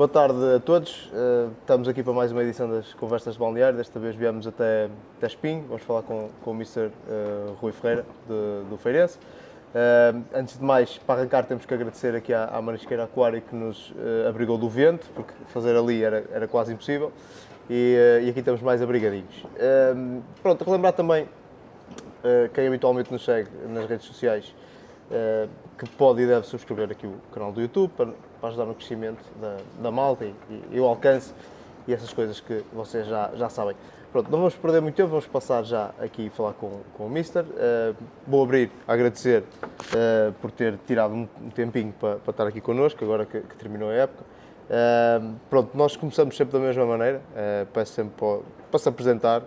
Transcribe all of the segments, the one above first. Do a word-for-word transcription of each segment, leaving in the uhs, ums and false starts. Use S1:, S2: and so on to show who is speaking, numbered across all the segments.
S1: boa tarde a todos. Uh, estamos aqui para mais uma edição das Conversas de Balneário. Desta vez viemos até, até Espinho. Vamos falar com, com o mister uh, Rui Ferreira, de, do Feirense. Uh, antes de mais, para arrancar, temos que agradecer aqui à, à Marisqueira Aquário que nos uh, abrigou do vento, porque fazer ali era, era quase impossível. E, uh, e aqui estamos mais abrigadinhos. Uh, pronto, relembrar também uh, quem habitualmente nos segue nas redes sociais, uh, que pode e deve subscrever aqui o canal do YouTube para, para ajudar no crescimento da, da malta e, e o alcance e essas coisas que vocês já, já sabem. Pronto, não vamos perder muito tempo, vamos passar já aqui a falar com, com o mister. Uh, vou abrir a agradecer uh, por ter tirado um, um tempinho para, para estar aqui connosco, agora que, que terminou a época. Uh, pronto, nós começamos sempre da mesma maneira, uh, peço sempre para, para se apresentar uh,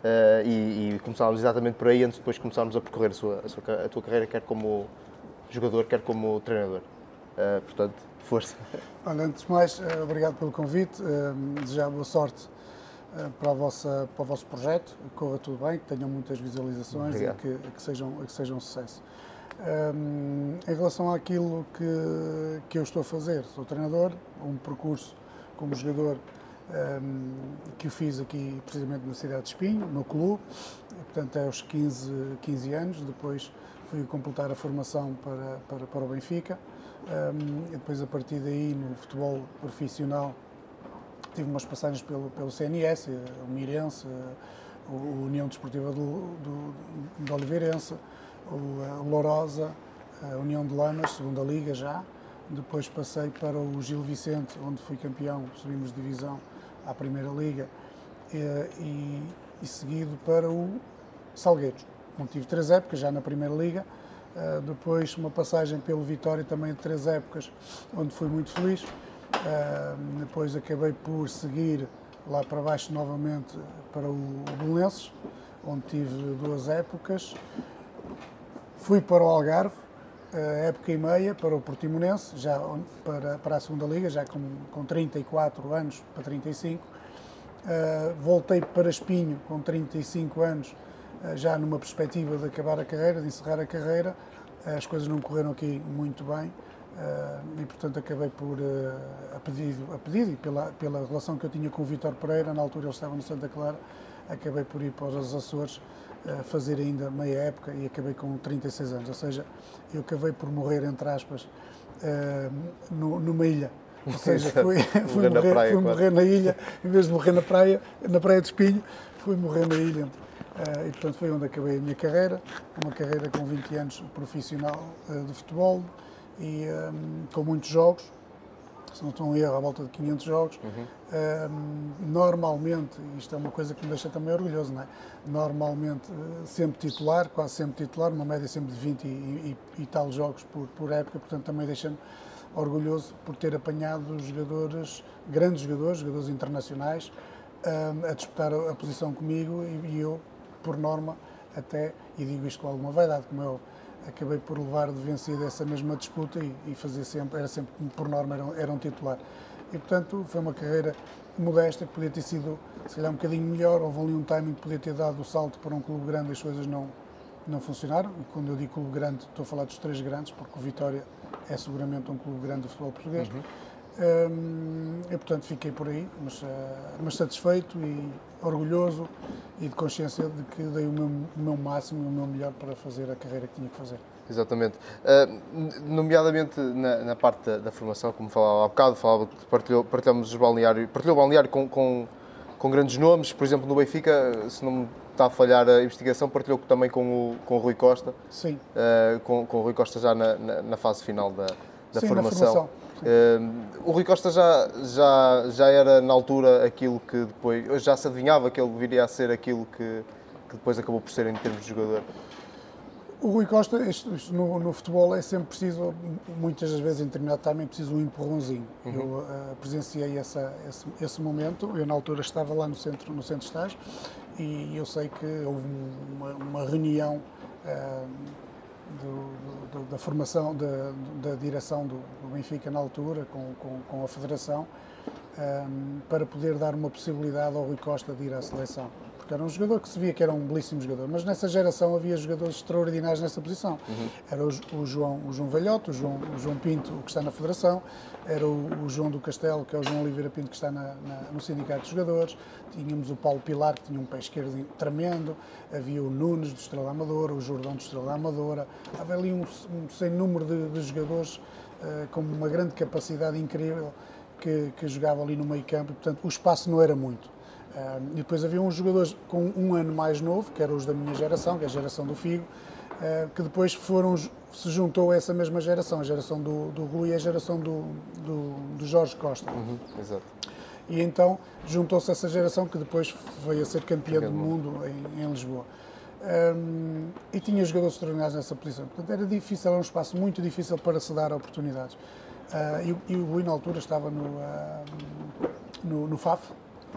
S1: e, e começámos exatamente por aí, antes de depois começarmos a percorrer a, sua, a, sua, a tua carreira, quer como jogador, quer como treinador. Uh, portanto, força.
S2: Olha, antes de mais, uh, obrigado pelo convite, uh, desejar boa sorte uh, para, a vossa, para o vosso projeto, que corra tudo bem, que tenham muitas visualizações obrigado. e que, que, sejam, que sejam um sucesso. Um, em relação àquilo que, que eu estou a fazer, sou treinador, um percurso como jogador um, que eu fiz aqui precisamente na cidade de Espinho, no clube, e, portanto é aos quinze, quinze anos, depois fui completar a formação para, para, para o Benfica, um, e depois a partir daí no futebol profissional tive umas passagens pelo, pelo C N S, o Mirense, a União Desportiva do, do, do Oliveirense, o Lourosa, a União de Lamas, segunda Liga já. Depois passei para o Gil Vicente, onde fui campeão, subimos de divisão à Primeira Liga, e, e, e seguido para o Salgueiros, onde tive três épocas já na Primeira Liga. Uh, depois uma passagem pelo Vitória, também de três épocas, onde fui muito feliz. Uh, depois acabei por seguir lá para baixo novamente para o Belenenses, onde tive duas épocas. Fui para o Algarve, época e meia, para o Portimonense, já para, para a segunda Liga, já com, com trinta e quatro anos para trinta e cinco. Uh, voltei para Espinho com trinta e cinco anos, uh, já numa perspectiva de acabar a carreira, de encerrar a carreira. Uh, as coisas não correram aqui muito bem uh, e, portanto, acabei por, uh, a pedido, a pedido e pela, pela relação que eu tinha com o Vítor Pereira, na altura ele estava no Santa Clara, acabei por ir para os Açores, fazer ainda meia época e acabei com trinta e seis anos, ou seja, eu acabei por morrer, entre aspas, uh, no, numa ilha, ou seja, fui, fui, morrer, praia, fui morrer na ilha, em vez de morrer na praia, na praia de Espinho, fui morrer na ilha, uh, e portanto foi onde acabei a minha carreira, uma carreira com vinte anos profissional uh, de futebol e um, com muitos jogos, se não estou a erro, à volta de quinhentos jogos. Uhum. Um, normalmente, isto é uma coisa que me deixa também orgulhoso, não é? Normalmente, sempre titular, quase sempre titular, uma média sempre de vinte e, e, e tal jogos por, por época, portanto também deixa-me orgulhoso por ter apanhado jogadores, grandes jogadores, jogadores internacionais, um, a disputar a, a posição comigo e, e eu, por norma, até, e digo isto com alguma vaidade, como eu acabei por levar de vencido essa mesma disputa e, e fazer sempre, era sempre, por norma, era, era um titular. E, portanto, foi uma carreira modesta, que podia ter sido, se calhar, um bocadinho melhor. Houve ali um timing que podia ter dado o salto para um clube grande e as coisas não, não funcionaram. E quando eu digo clube grande, estou a falar dos três grandes, porque o Vitória é seguramente um clube grande do futebol português. Uhum. Um, e, portanto, fiquei por aí, mas, uh, mas satisfeito e orgulhoso e de consciência de que dei o meu, o meu máximo e o meu melhor para fazer a carreira que tinha que fazer.
S1: Exatamente. Uh, nomeadamente na, na parte da, da formação, como falava há bocado, falava que partilhou, partilhamos os balneário, partilhou o balneário com, com, com grandes nomes, por exemplo, no Benfica, se não me está a falhar a investigação, partilhou também com o, com o Rui Costa.
S2: Sim.
S1: Uh, com, com o Rui Costa já na, na, na fase final da, da
S2: Sim,
S1: formação.
S2: Na formação.
S1: Uh, o Rui Costa já, já, já era na altura aquilo que depois, já se adivinhava que ele viria a ser aquilo que, que depois acabou por ser em termos de jogador.
S2: O Rui Costa, isto, isto no, no futebol é sempre preciso, muitas das vezes em determinado timing, é preciso um empurrãozinho. Uhum. Eu uh, presenciei essa, esse, esse momento, eu na altura estava lá no centro, no centro de estágio e eu sei que houve uma, uma reunião uh, do, do, da formação, da, da direção do, do Benfica na altura, com, com, com a Federação, um, para poder dar uma possibilidade ao Rui Costa de ir à seleção. porque era um jogador que se via que era um belíssimo jogador, mas nessa geração havia jogadores extraordinários nessa posição. Uhum. Era o, o, João, o João Velhote, o João, o João Pinto, que está na Federação, era o, o João do Castelo, que é o João Oliveira Pinto, que está na, na, no Sindicato de Jogadores, tínhamos o Paulo Pilar, que tinha um pé esquerdo tremendo, havia o Nunes do Estrela Amadora, o Jordão do Estrela Amadora, havia ali um, um sem número de, de jogadores uh, com uma grande capacidade incrível que, que jogavam ali no meio campo, e portanto o espaço não era muito. Uh, e depois havia uns jogadores com um ano mais novo, que eram os da minha geração, que é a geração do Figo, uh, que depois foram, se juntou a essa mesma geração, a geração do, do Rui e a geração do, do, do Jorge Costa.
S1: Uhum, exato.
S2: E então juntou-se essa geração que depois veio a ser campeã do mundo em, em Lisboa. Um, e tinha jogadores extraordinários nessa posição. Portanto, era difícil, era um espaço muito difícil para se dar oportunidades. Uh, e, e o Rui, na altura, estava no, uh, no, no F A F,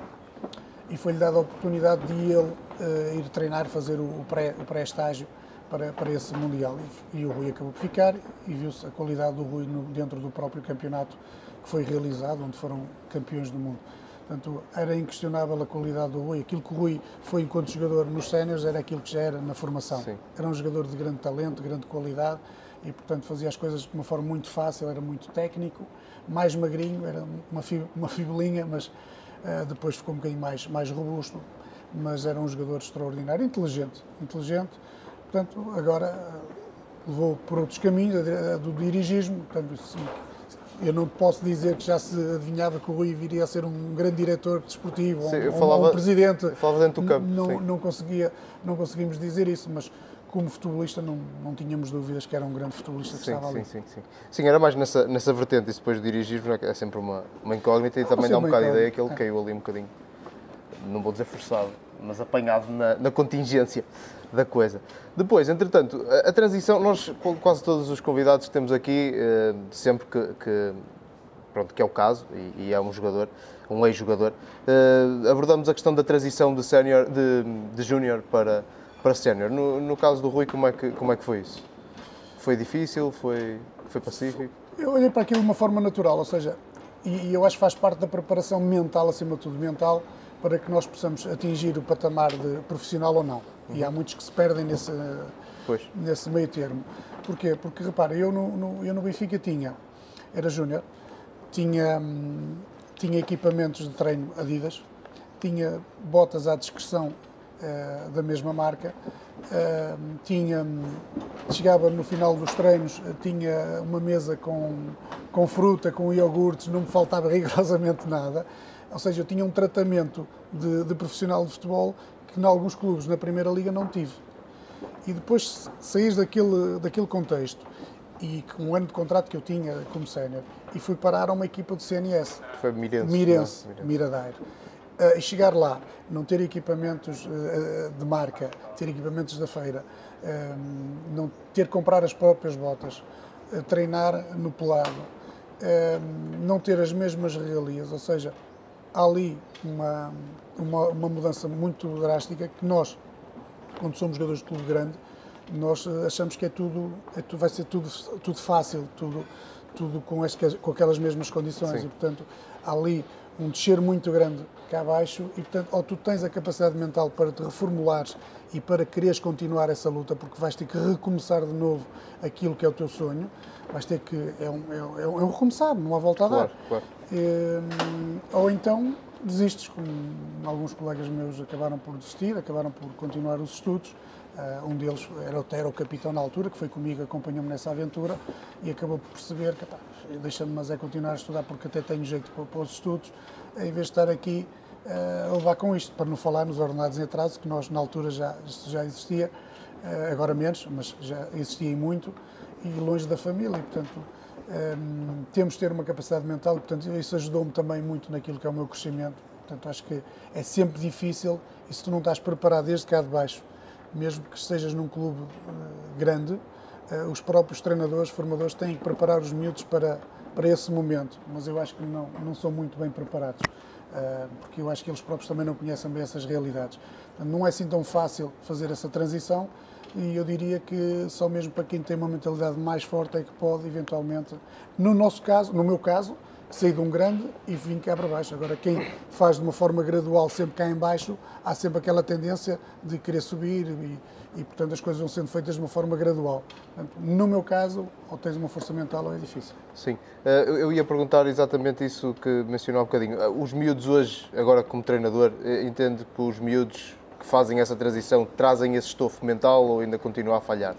S2: e foi-lhe dada a oportunidade de ele uh, ir treinar, fazer o, o pré-estágio para, para esse Mundial. E, e o Rui acabou por ficar, e viu-se a qualidade do Rui no, dentro do próprio campeonato que foi realizado, onde foram campeões do mundo. Portanto, era inquestionável a qualidade do Rui. Aquilo que o Rui foi enquanto jogador nos séniores era aquilo que já era na formação. Sim. Era um jogador de grande talento, de grande qualidade, e portanto fazia as coisas de uma forma muito fácil, era muito técnico, mais magrinho, era uma, fib uma fibelinha, mas uh, depois ficou um bocadinho mais, mais robusto, mas era um jogador extraordinário, inteligente, inteligente, portanto agora uh, levou por outros caminhos, a, a do dirigismo, portanto isso, eu não posso dizer que já se adivinhava que o Rui viria a ser um grande diretor desportivo, sim, ou, falava, ou um presidente, eu
S1: falava dentro do campo,
S2: não, não, conseguia, não conseguimos dizer isso, mas como futebolista não, não tínhamos dúvidas que era um grande futebolista que
S1: sim,
S2: estava ali.
S1: Sim, sim, sim. Sim, era mais nessa, nessa vertente, e depois de dirigir é sempre uma, uma incógnita, e também dá um bocado a ideia que ele é. caiu ali um bocadinho, não vou dizer forçado, mas apanhado na, na contingência da coisa. Depois, entretanto, a, a transição, nós, quase todos os convidados que temos aqui, eh, sempre que, que, pronto, que é o caso, e, e é um jogador, um ex-jogador, eh, abordamos a questão da transição de, senior, de, de júnior para, para sénior. No, no caso do Rui, como é, que, como é que foi isso? Foi difícil? Foi, foi pacífico?
S2: Eu olhei para aquilo de uma forma natural, ou seja, e, e eu acho que faz parte da preparação mental, acima de tudo mental, para que nós possamos atingir o patamar de profissional ou não. Uhum. E há muitos que se perdem nesse, nesse meio termo. Porquê? Porque, repara, eu no, no, eu no Benfica tinha, era júnior, tinha, tinha equipamentos de treino Adidas, tinha botas à discreção uh, da mesma marca, uh, tinha, chegava no final dos treinos, tinha uma mesa com, com fruta, com iogurtes, não me faltava rigorosamente nada. Ou seja, eu tinha um tratamento de, de profissional de futebol que em alguns clubes na Primeira Liga não tive. E depois saís daquele, daquele contexto, e com um ano de contrato que eu tinha como sénior, e fui parar a uma equipa do C N S.
S1: Foi Mirense.
S2: Mirense, Mirense. Miradeiro. Uh, e chegar lá, não ter equipamentos uh, de marca, ter equipamentos da feira, uh, não ter que comprar as próprias botas, uh, treinar no pelado, uh, não ter as mesmas regalias, ou seja, há ali uma, uma, uma mudança muito drástica que nós, quando somos jogadores de clube grande, nós achamos que é tudo, é tudo vai ser tudo, tudo fácil, tudo, tudo com, as, com aquelas mesmas condições. Sim. E, portanto, há ali um descer muito grande cá abaixo e, portanto, ou tu tens a capacidade mental para te reformulares e para quereres continuar essa luta, porque vais ter que recomeçar de novo aquilo que é o teu sonho, vais ter que, é um, é um, é um recomeçar, não há volta a dar.
S1: Claro, claro.
S2: E, ou então desistes, como alguns colegas meus acabaram por desistir, acabaram por continuar os estudos. Uh, um deles era, era o capitão na altura, que foi comigo, acompanhou-me nessa aventura e acabou por perceber que, deixa-me mas é continuar a estudar porque até tenho jeito para, para os estudos, em vez de estar aqui uh, a levar com isto, para não falar nos ordenados em atraso, que nós na altura já, já existia, uh, agora menos, mas já existia muito, e longe da família, e portanto um, temos de ter uma capacidade mental, e, portanto isso ajudou-me também muito naquilo que é o meu crescimento. Portanto acho que é sempre difícil, e se tu não estás preparado desde cá de baixo, mesmo que estejas num clube uh, grande, uh, os próprios treinadores, formadores têm que preparar os miúdos para, para esse momento, mas eu acho que não, não são muito bem preparados, uh, porque eu acho que eles próprios também não conhecem bem essas realidades. Portanto, não é assim tão fácil fazer essa transição, e eu diria que só mesmo para quem tem uma mentalidade mais forte é que pode eventualmente, no nosso caso, no meu caso, saí de um grande e vim cá para baixo. Agora, quem faz de uma forma gradual sempre cá em baixo, há sempre aquela tendência de querer subir e, e portanto, as coisas vão sendo feitas de uma forma gradual. Portanto, no meu caso, ou tens uma força mental ou é difícil.
S1: Sim, eu ia perguntar exatamente isso que mencionou há um bocadinho. Os miúdos hoje, agora como treinador, entende que os miúdos que fazem essa transição trazem esse estofo mental ou ainda continua a falhar?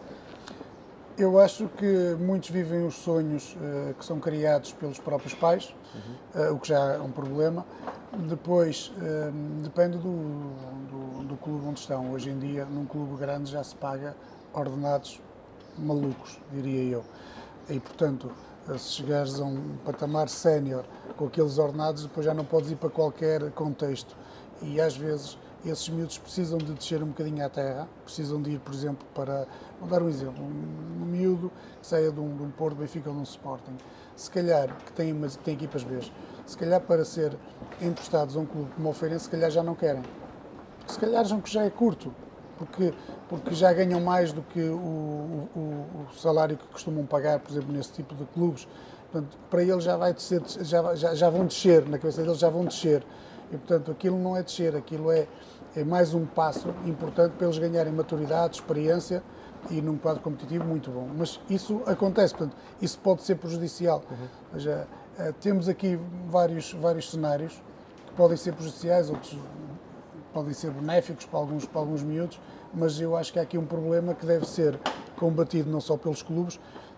S2: Eu acho que muitos vivem os sonhos uh, que são criados pelos próprios pais, uhum. uh, o que já é um problema. Depois, uh, depende do, do, do clube onde estão. Hoje em dia, num clube grande já se paga ordenados malucos, diria eu. E, portanto, uh, se chegares a um patamar sénior com aqueles ordenados, depois já não podes ir para qualquer contexto. E, às vezes, esses miúdos precisam de descer um bocadinho à terra, precisam de ir, por exemplo, para... Vou dar um exemplo, um, um miúdo que saia de um, de um Porto, Benfica ou de um Sporting, se calhar, que tem, mas, que tem equipas B, se calhar para ser emprestados a um clube como o Feirense, se calhar já não querem. Se calhar acham que já é curto, porque, porque já ganham mais do que o, o, o salário que costumam pagar, por exemplo, nesse tipo de clubes. Portanto, para eles já, vai descer, já, já, já vão descer, na cabeça deles já vão descer. E, portanto, aquilo não é descer, aquilo é, é mais um passo importante para eles ganharem maturidade, experiência e num quadro competitivo muito bom. Mas isso acontece, portanto, isso pode ser prejudicial. Uhum. Ou seja, temos aqui vários, vários cenários que podem ser prejudiciais, outros podem ser benéficos para alguns, para alguns miúdos, mas eu acho que há aqui um problema que deve ser combatido não só pelos clubes,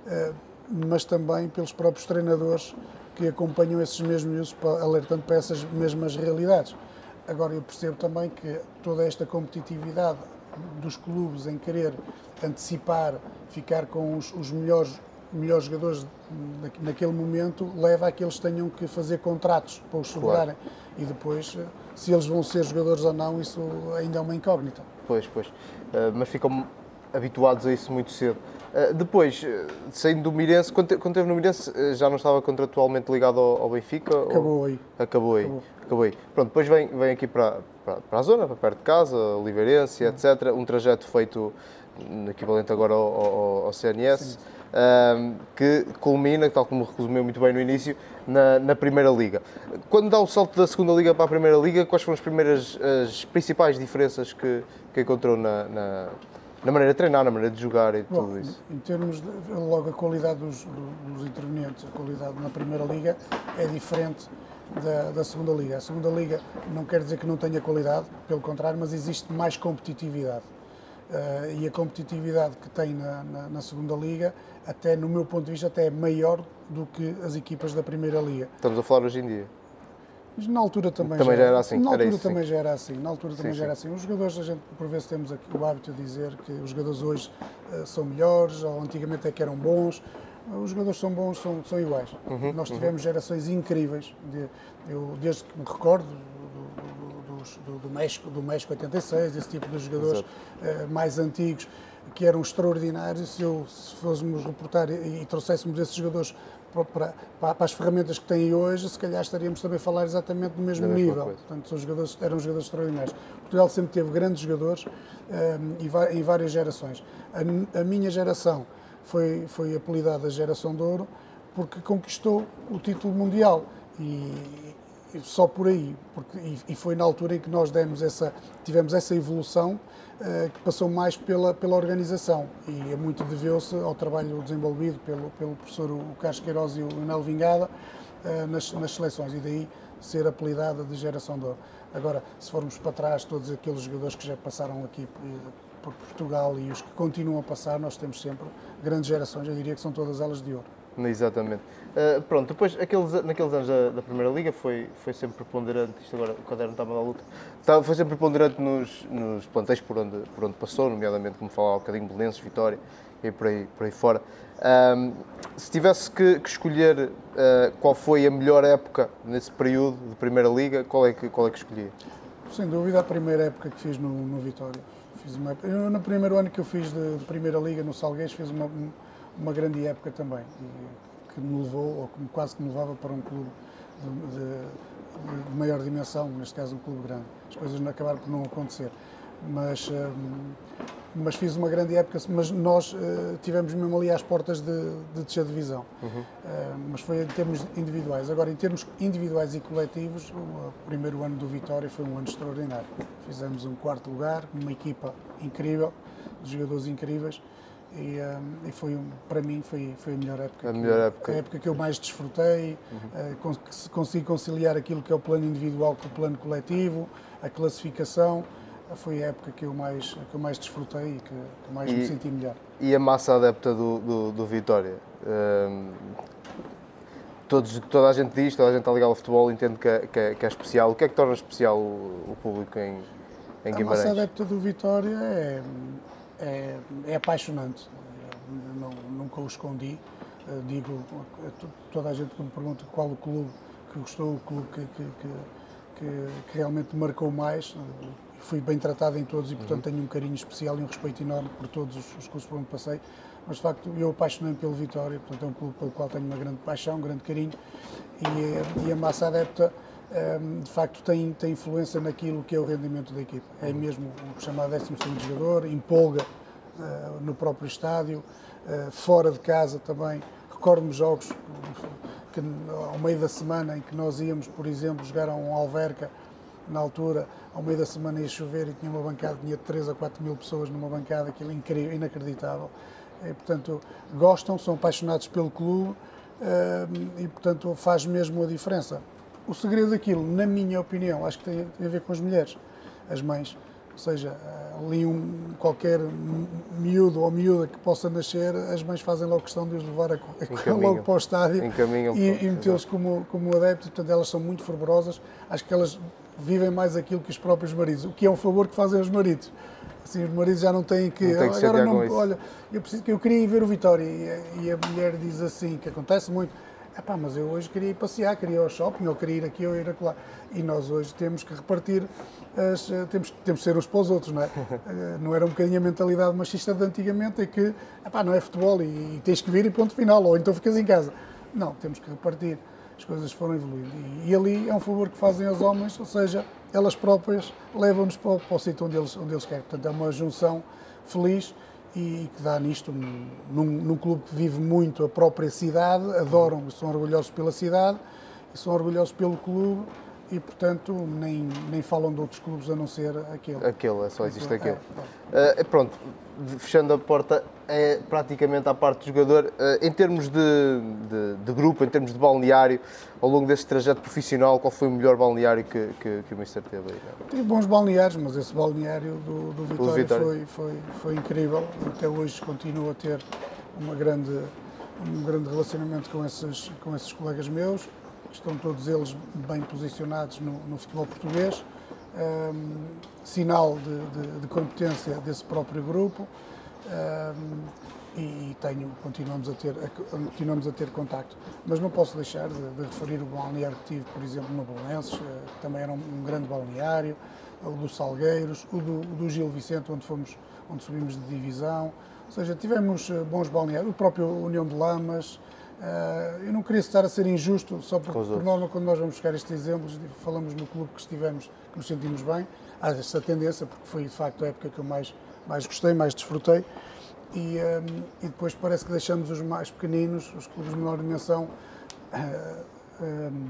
S2: mas também pelos próprios treinadores que acompanham esses mesmos miúdos, alertando para essas mesmas realidades. Agora, eu percebo também que toda esta competitividade dos clubes em querer antecipar, ficar com os, os melhores, melhores jogadores naquele momento, leva a que eles tenham que fazer contratos para os segurarem. Claro. E depois, se eles vão ser jogadores ou não, isso ainda é uma incógnita.
S1: Pois, pois. Uh, mas ficam habituados a isso muito cedo. Uh, depois, uh, saindo do Mirense, quando, te, quando esteve no Mirense, uh, já não estava contratualmente ligado ao, ao Benfica?
S2: Acabou
S1: ou...
S2: aí.
S1: Acabou aí.
S2: Acabou.
S1: Acabou aí. Pronto, depois vem, vem aqui para, para, para a zona, para perto de casa, Oliveirense, etcétera. Um trajeto feito equivalente agora ao, ao, ao C N S, uh, que culmina, tal como resumiu muito bem no início, na, na Primeira Liga. Quando dá o salto da Segunda Liga para a Primeira Liga, quais foram as primeiras, as principais diferenças que, que encontrou na, na Na maneira de treinar, na maneira de jogar e
S2: Bom,
S1: tudo isso?
S2: Em termos de, logo a qualidade dos, dos intervenientes, a qualidade na Primeira Liga é diferente da, da Segunda Liga. A Segunda Liga não quer dizer que não tenha qualidade, pelo contrário, mas existe mais competitividade. Uh, e a competitividade que tem na, na, na Segunda Liga, até no meu ponto de vista, até é maior do que as equipas da Primeira Liga.
S1: Estamos a falar hoje em dia?
S2: Mas na altura também,
S1: também
S2: já,
S1: já era assim.
S2: Na altura
S1: era isso,
S2: também
S1: sim.
S2: já era assim. Na altura também
S1: sim,
S2: já era assim. Os jogadores, a gente por vezes temos aqui o hábito de dizer que os jogadores hoje uh, são melhores, ou antigamente é que eram bons. Os jogadores são bons, são, são iguais. Uhum, Nós tivemos uhum. gerações incríveis. De, eu, desde que me recordo do, do, do, do, México, do México oitenta e seis, esse tipo de jogadores uh, mais antigos, que eram extraordinários. Se, eu, se fôssemos reportar e, e trouxéssemos esses jogadores Para, para, para as ferramentas que têm hoje, se calhar estaríamos também a falar exatamente do mesmo da nível. Portanto, são jogadores, eram jogadores extraordinários. Portugal sempre teve grandes jogadores um, e em várias gerações. A, a minha geração foi, foi apelidada Geração de Ouro porque conquistou o título mundial. E, e só por aí. Porque, e, e foi na altura em que nós demos essa, tivemos essa evolução uh, que passou mais pela, pela organização. E é muito deveu-se ao trabalho desenvolvido pelo, pelo professor o Carlos Queiroz e o Nel Vingada uh, nas, nas seleções. E daí ser apelidada de Geração de Ouro. Agora, se formos para trás, todos aqueles jogadores que já passaram aqui por, por Portugal e os que continuam a passar, nós temos sempre grandes gerações, eu diria que são todas elas de ouro.
S1: Exatamente. Uh, pronto, depois, aqueles, naqueles anos da, da Primeira Liga, foi, foi sempre preponderante, isto agora o caderno está a dar luta, foi sempre preponderante nos, nos plantéis por onde, por onde passou, nomeadamente, como falava há um bocadinho, Belenenses, Vitória e por aí, por aí fora. Um, se tivesse que, que escolher uh, qual foi a melhor época nesse período de Primeira Liga, qual é que, qual é que escolhia?
S2: Sem dúvida, a primeira época que fiz no, no Vitória. Fiz uma, eu, no primeiro ano que eu fiz de, de Primeira Liga, no Salgueiros, fiz uma, uma grande época também, e, que me levou, ou que quase que me levava para um clube de, de, de maior dimensão, neste caso um clube grande. As coisas não acabaram por não acontecer. mas, mas fiz uma grande época, mas nós tivemos mesmo ali às portas de, de descer divisão, uhum. mas foi em termos individuais. Agora, em termos individuais e coletivos, o primeiro ano do Vitória foi um ano extraordinário. Fizemos um quarto lugar, uma equipa incrível, de jogadores incríveis, e, um, e foi um, para mim foi, foi a melhor época,
S1: a,
S2: que,
S1: melhor época.
S2: a época que eu mais desfrutei, uhum. uh, cons consegui conciliar aquilo que é o plano individual com o plano coletivo, a classificação, uh, foi a época que eu mais, que eu mais desfrutei e que, que mais e, me senti melhor.
S1: E a massa adepta do, do, do Vitória? Um, todos, toda a gente diz, toda a gente está ligada ao futebol, entende que é, que, é, que é especial. O que é que torna especial o, o público em, em Guimarães?
S2: A massa adepta do Vitória é... É, é apaixonante, eu não, nunca o escondi, digo a toda a gente que me pergunta qual o clube que gostou, o clube que, que, que, que realmente marcou mais, fui bem tratado em todos e portanto tenho um carinho especial e um respeito enorme por todos os, os clubes por onde passei, mas de facto eu apaixonei-me pelo Vitória, portanto é um clube pelo qual tenho uma grande paixão, um grande carinho e, e a massa adepta de facto tem, tem influência naquilo que é o rendimento da equipa. É mesmo o chamado décimo segundo jogador, empolga uh, no próprio estádio, uh, fora de casa também. Recordo-me jogos que, ao meio da semana em que nós íamos, por exemplo, jogar a um Alverca, na altura, ao meio da semana ia chover e tinha uma bancada, tinha três a quatro mil pessoas numa bancada, aquilo é incrível, inacreditável. E, portanto, gostam, são apaixonados pelo clube uh, e, portanto, faz mesmo a diferença. O segredo daquilo, na minha opinião, acho que tem, tem a ver com as mulheres, as mães. Ou seja, ali um, qualquer miúdo ou miúda que possa nascer, as mães fazem logo questão de os levar a, a, logo para o estádio e, e metê-los como, como adeptos. Portanto, elas são muito fervorosas. Acho que elas vivem mais aquilo que os próprios maridos, o que é um favor que fazem os maridos. Assim, os maridos já não têm que...
S1: Não tem que
S2: agora não,
S1: olha,
S2: eu, preciso, eu queria ir ver o Vitória e, e a mulher diz assim, que acontece muito, epá, mas eu hoje queria ir passear, queria ir ao shopping, ou queria ir aqui ou ir acolá. E nós hoje temos que repartir, as, temos, temos que ser uns para os outros, não é? Não era um bocadinho a mentalidade machista de antigamente, é que, epá, não é futebol e, e tens que vir e ponto final, ou então ficas em casa. Não, temos que repartir. As coisas foram evoluindo. E, e ali é um favor que fazem aos homens, ou seja, elas próprias levam-nos para, para o sítio onde eles, onde eles querem. Portanto, é uma junção feliz e que dá nisto, num, num clube que vive muito a própria cidade, adoram, são orgulhosos pela cidade, e são orgulhosos pelo clube e, portanto, nem, nem falam de outros clubes a não ser aquele.
S1: Aquele, só existe aquele. É, é. Uh, pronto, fechando a porta, é praticamente à parte do jogador. Uh, em termos de, de, de grupo, em termos de balneário, ao longo desse trajeto profissional, qual foi o melhor balneário que, que, que o mister teve aí?
S2: Tive bons balneários, mas esse balneário do, do Vitória, Vitória. Foi, foi, foi incrível. Até hoje continuo a ter uma grande, um grande relacionamento com esses, com esses colegas meus. Estão todos eles bem posicionados no, no futebol português, um, sinal de, de, de competência desse próprio grupo, um, e tenho, continuamos, a ter, continuamos a ter contacto. Mas não posso deixar de, de referir o balneário que tive, por exemplo, no Belenenses, que também era um, um grande balneário, o dos Salgueiros, o do, o do Gil Vicente, onde, fomos, onde subimos de divisão. Ou seja, tivemos bons balneários, o próprio União de Lamas. Uh, eu não queria estar a ser injusto, só porque, por norma, quando nós vamos buscar estes exemplos, falamos no clube que estivemos, que nos sentimos bem, há essa tendência, porque foi de facto a época que eu mais, mais gostei, mais desfrutei, e, um, e depois parece que deixamos os mais pequeninos, os clubes de menor dimensão, uh, um,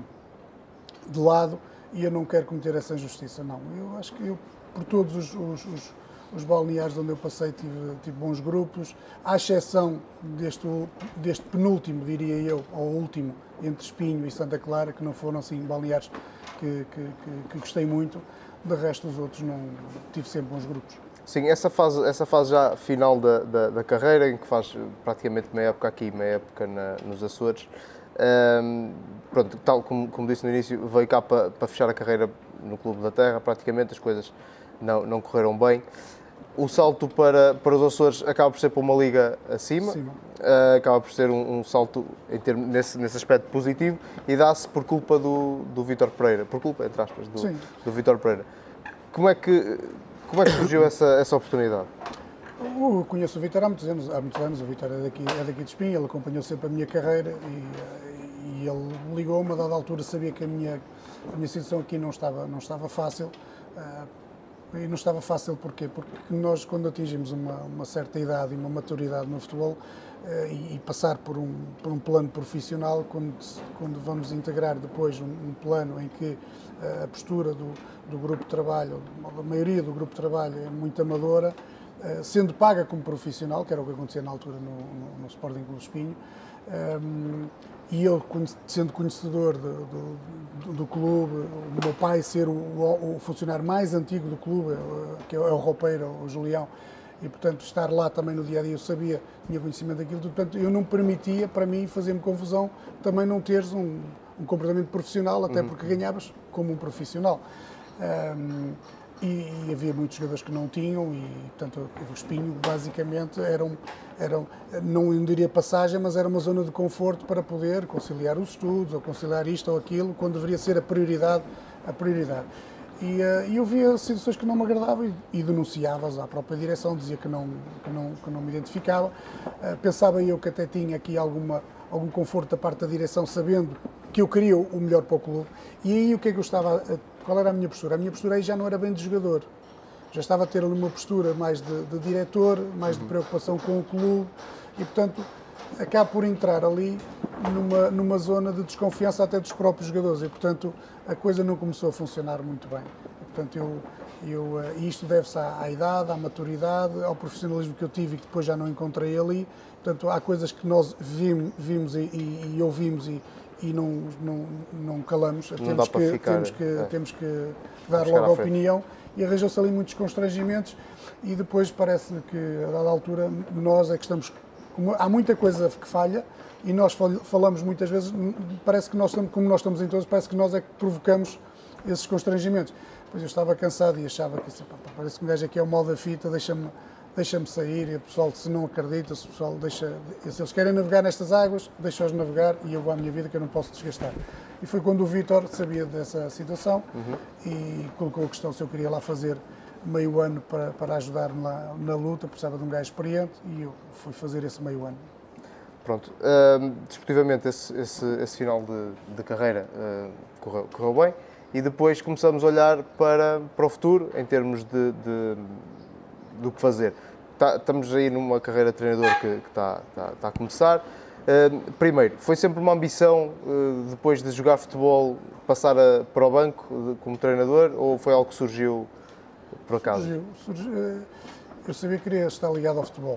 S2: de lado, e eu não quero cometer essa injustiça, não. Eu acho que eu, por todos os, os, os Os balneários onde eu passei tive, tive bons grupos, à exceção deste, deste penúltimo, diria eu, ou último, entre Espinho e Santa Clara, que não foram assim balneários que, que, que, que gostei muito. De resto, os outros não tive sempre bons grupos.
S1: Sim, essa fase, essa fase já final da, da, da carreira, em que faz praticamente meia época aqui, meia época na, nos Açores, um, pronto, tal como, como disse no início, veio cá para, para fechar a carreira no Clube da Terra, praticamente as coisas não, não correram bem. O salto para, para os Açores acaba por ser para uma liga acima, uh, acaba por ser um, um salto em termos, nesse, nesse aspecto positivo, e dá-se por culpa do, do Vítor Pereira, por culpa, entre aspas, do, do Vítor Pereira. Como é que, como é que surgiu essa, essa oportunidade?
S2: Eu conheço o Vítor há muitos anos, há muitos anos. O Vítor é daqui, é daqui de Espinho, ele acompanhou sempre a minha carreira e, e ele ligou-me, a dada altura sabia que a minha, a minha situação aqui não estava, não estava fácil. Uh, e não estava fácil porquê? Porque nós, quando atingimos uma, uma certa idade e uma maturidade no futebol, e, e passar por um, por um plano profissional, quando, quando vamos integrar depois um, um plano em que a postura do, do grupo de trabalho, a maioria do grupo de trabalho é muito amadora, sendo paga como profissional, que era o que acontecia na altura no, no, no Sporting Clube Espinho, um, e eu, sendo conhecedor do, do, do clube, o meu pai ser o, o funcionário mais antigo do clube, que é o roupeiro, o Julião, e portanto estar lá também no dia a dia, eu sabia, tinha conhecimento daquilo, portanto eu não permitia, para mim, fazer-me confusão também não teres um, um comportamento profissional, até porque ganhavas como um profissional. Um, E, e havia muitos jogadores que não tinham, e portanto o Espinho basicamente era, um, era um, não diria passagem, mas era uma zona de conforto para poder conciliar os estudos, ou conciliar isto ou aquilo, quando deveria ser a prioridade. A prioridade. E uh, eu via situações que não me agradavam e, e denunciava-as à própria direção, dizia que não, que não, que não me identificava. Uh, pensava eu que até tinha aqui alguma, algum conforto da parte da direção, sabendo que eu queria o melhor para o clube. E aí o que é que eu estava a Qual era a minha postura? A minha postura aí já não era bem de jogador. Já estava a ter uma postura mais de, de diretor, mais de preocupação com o clube e, portanto, acabo por entrar ali numa, numa zona de desconfiança até dos próprios jogadores e, portanto, a coisa não começou a funcionar muito bem. E, portanto, eu, eu, e isto deve-se à, à idade, à maturidade, ao profissionalismo que eu tive e que depois já não encontrei ali. Portanto, há coisas que nós vimos, vimos e, e, e ouvimos e, e não, não, não calamos,
S1: não
S2: temos, que,
S1: ficar,
S2: temos, que,
S1: é.
S2: temos que dar logo a opinião, e arranjou-se ali muitos constrangimentos e depois parece-me que a dada altura nós é que estamos, como, há muita coisa que falha e nós falamos muitas vezes, parece que nós estamos, como nós estamos em todos, parece que nós é que provocamos esses constrangimentos. Pois eu estava cansado e achava que assim, pá, parece que um gajo aqui é o mal da fita, deixa-me deixa-me sair, e o pessoal, se não acredita, se o pessoal deixa, se eles querem navegar nestas águas, deixa-os navegar e eu vou à minha vida que eu não posso desgastar. E foi quando o Vítor sabia dessa situação uhum. e colocou a questão se eu queria lá fazer meio ano para, para ajudar na, na luta, precisava de um gajo experiente e eu fui fazer esse meio ano.
S1: Pronto, uh, desportivamente esse, esse, esse final de, de carreira uh, correu, correu bem e depois começamos a olhar para, para o futuro em termos de, de do que fazer. Tá, estamos aí numa carreira de treinador que, que está, está, está a começar. Uh, primeiro, foi sempre uma ambição, uh, depois de jogar futebol, passar a, para o banco de, como treinador, ou foi algo que surgiu por acaso?
S2: Surgiu, surgiu. Eu sabia que queria estar ligado ao futebol.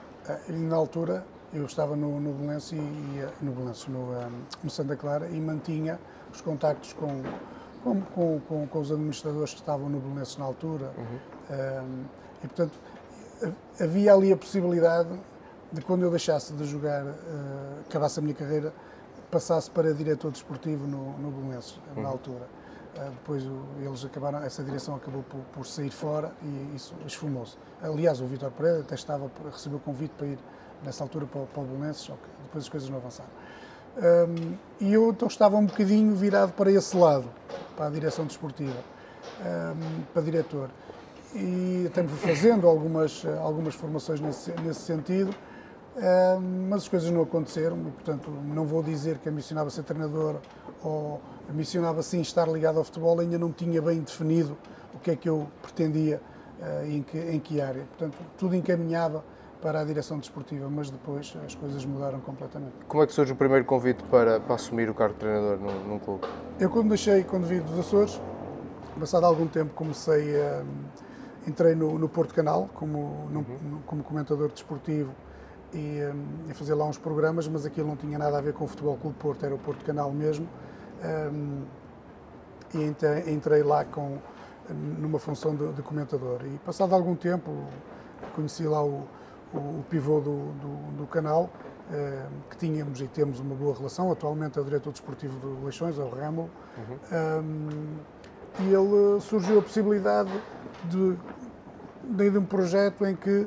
S2: E na altura, eu estava no, no Belenenses, e, no, Belenenses no, um, no Santa Clara, e mantinha os contactos com, com, com, com, com os administradores que estavam no Belenenses na altura. Uhum. Um, E, portanto, havia ali a possibilidade de, quando eu deixasse de jogar, uh, acabasse a minha carreira, passasse para diretor desportivo no, no Belenenses, na altura. Uh, depois o, eles acabaram, essa direção acabou por, por sair fora e isso esfumou-se. Aliás, o Vítor Pereira até estava, recebeu o convite para ir, nessa altura, para, para o Belenenses, só que depois as coisas não avançaram. Um, e eu então estava um bocadinho virado para esse lado, para a direção desportiva, um, para diretor. E até fui fazendo algumas, algumas formações nesse, nesse sentido, mas as coisas não aconteceram e, portanto, não vou dizer que ambicionava ser treinador ou ambicionava sim estar ligado ao futebol, ainda não tinha bem definido o que é que eu pretendia e em que, em que área. Portanto, tudo encaminhava para a direção desportiva, mas depois as coisas mudaram completamente.
S1: Como é que surge o primeiro convite para, para assumir o cargo de treinador num, num clube?
S2: Eu, quando deixei, quando vim dos Açores, passado algum tempo comecei a... Entrei no, no Porto Canal como, no, uhum. como comentador desportivo e, um, e fazer lá uns programas, mas aquilo não tinha nada a ver com o Futebol Clube Porto, era o Porto Canal mesmo. Um, e entrei, entrei lá com, numa função de, de comentador. E passado algum tempo conheci lá o, o, o pivô do, do, do canal, um, que tínhamos e temos uma boa relação, atualmente é o diretor desportivo do Leixões, é o Ramo. Uhum. Um, e ele surgiu a possibilidade de, de, de um projeto em que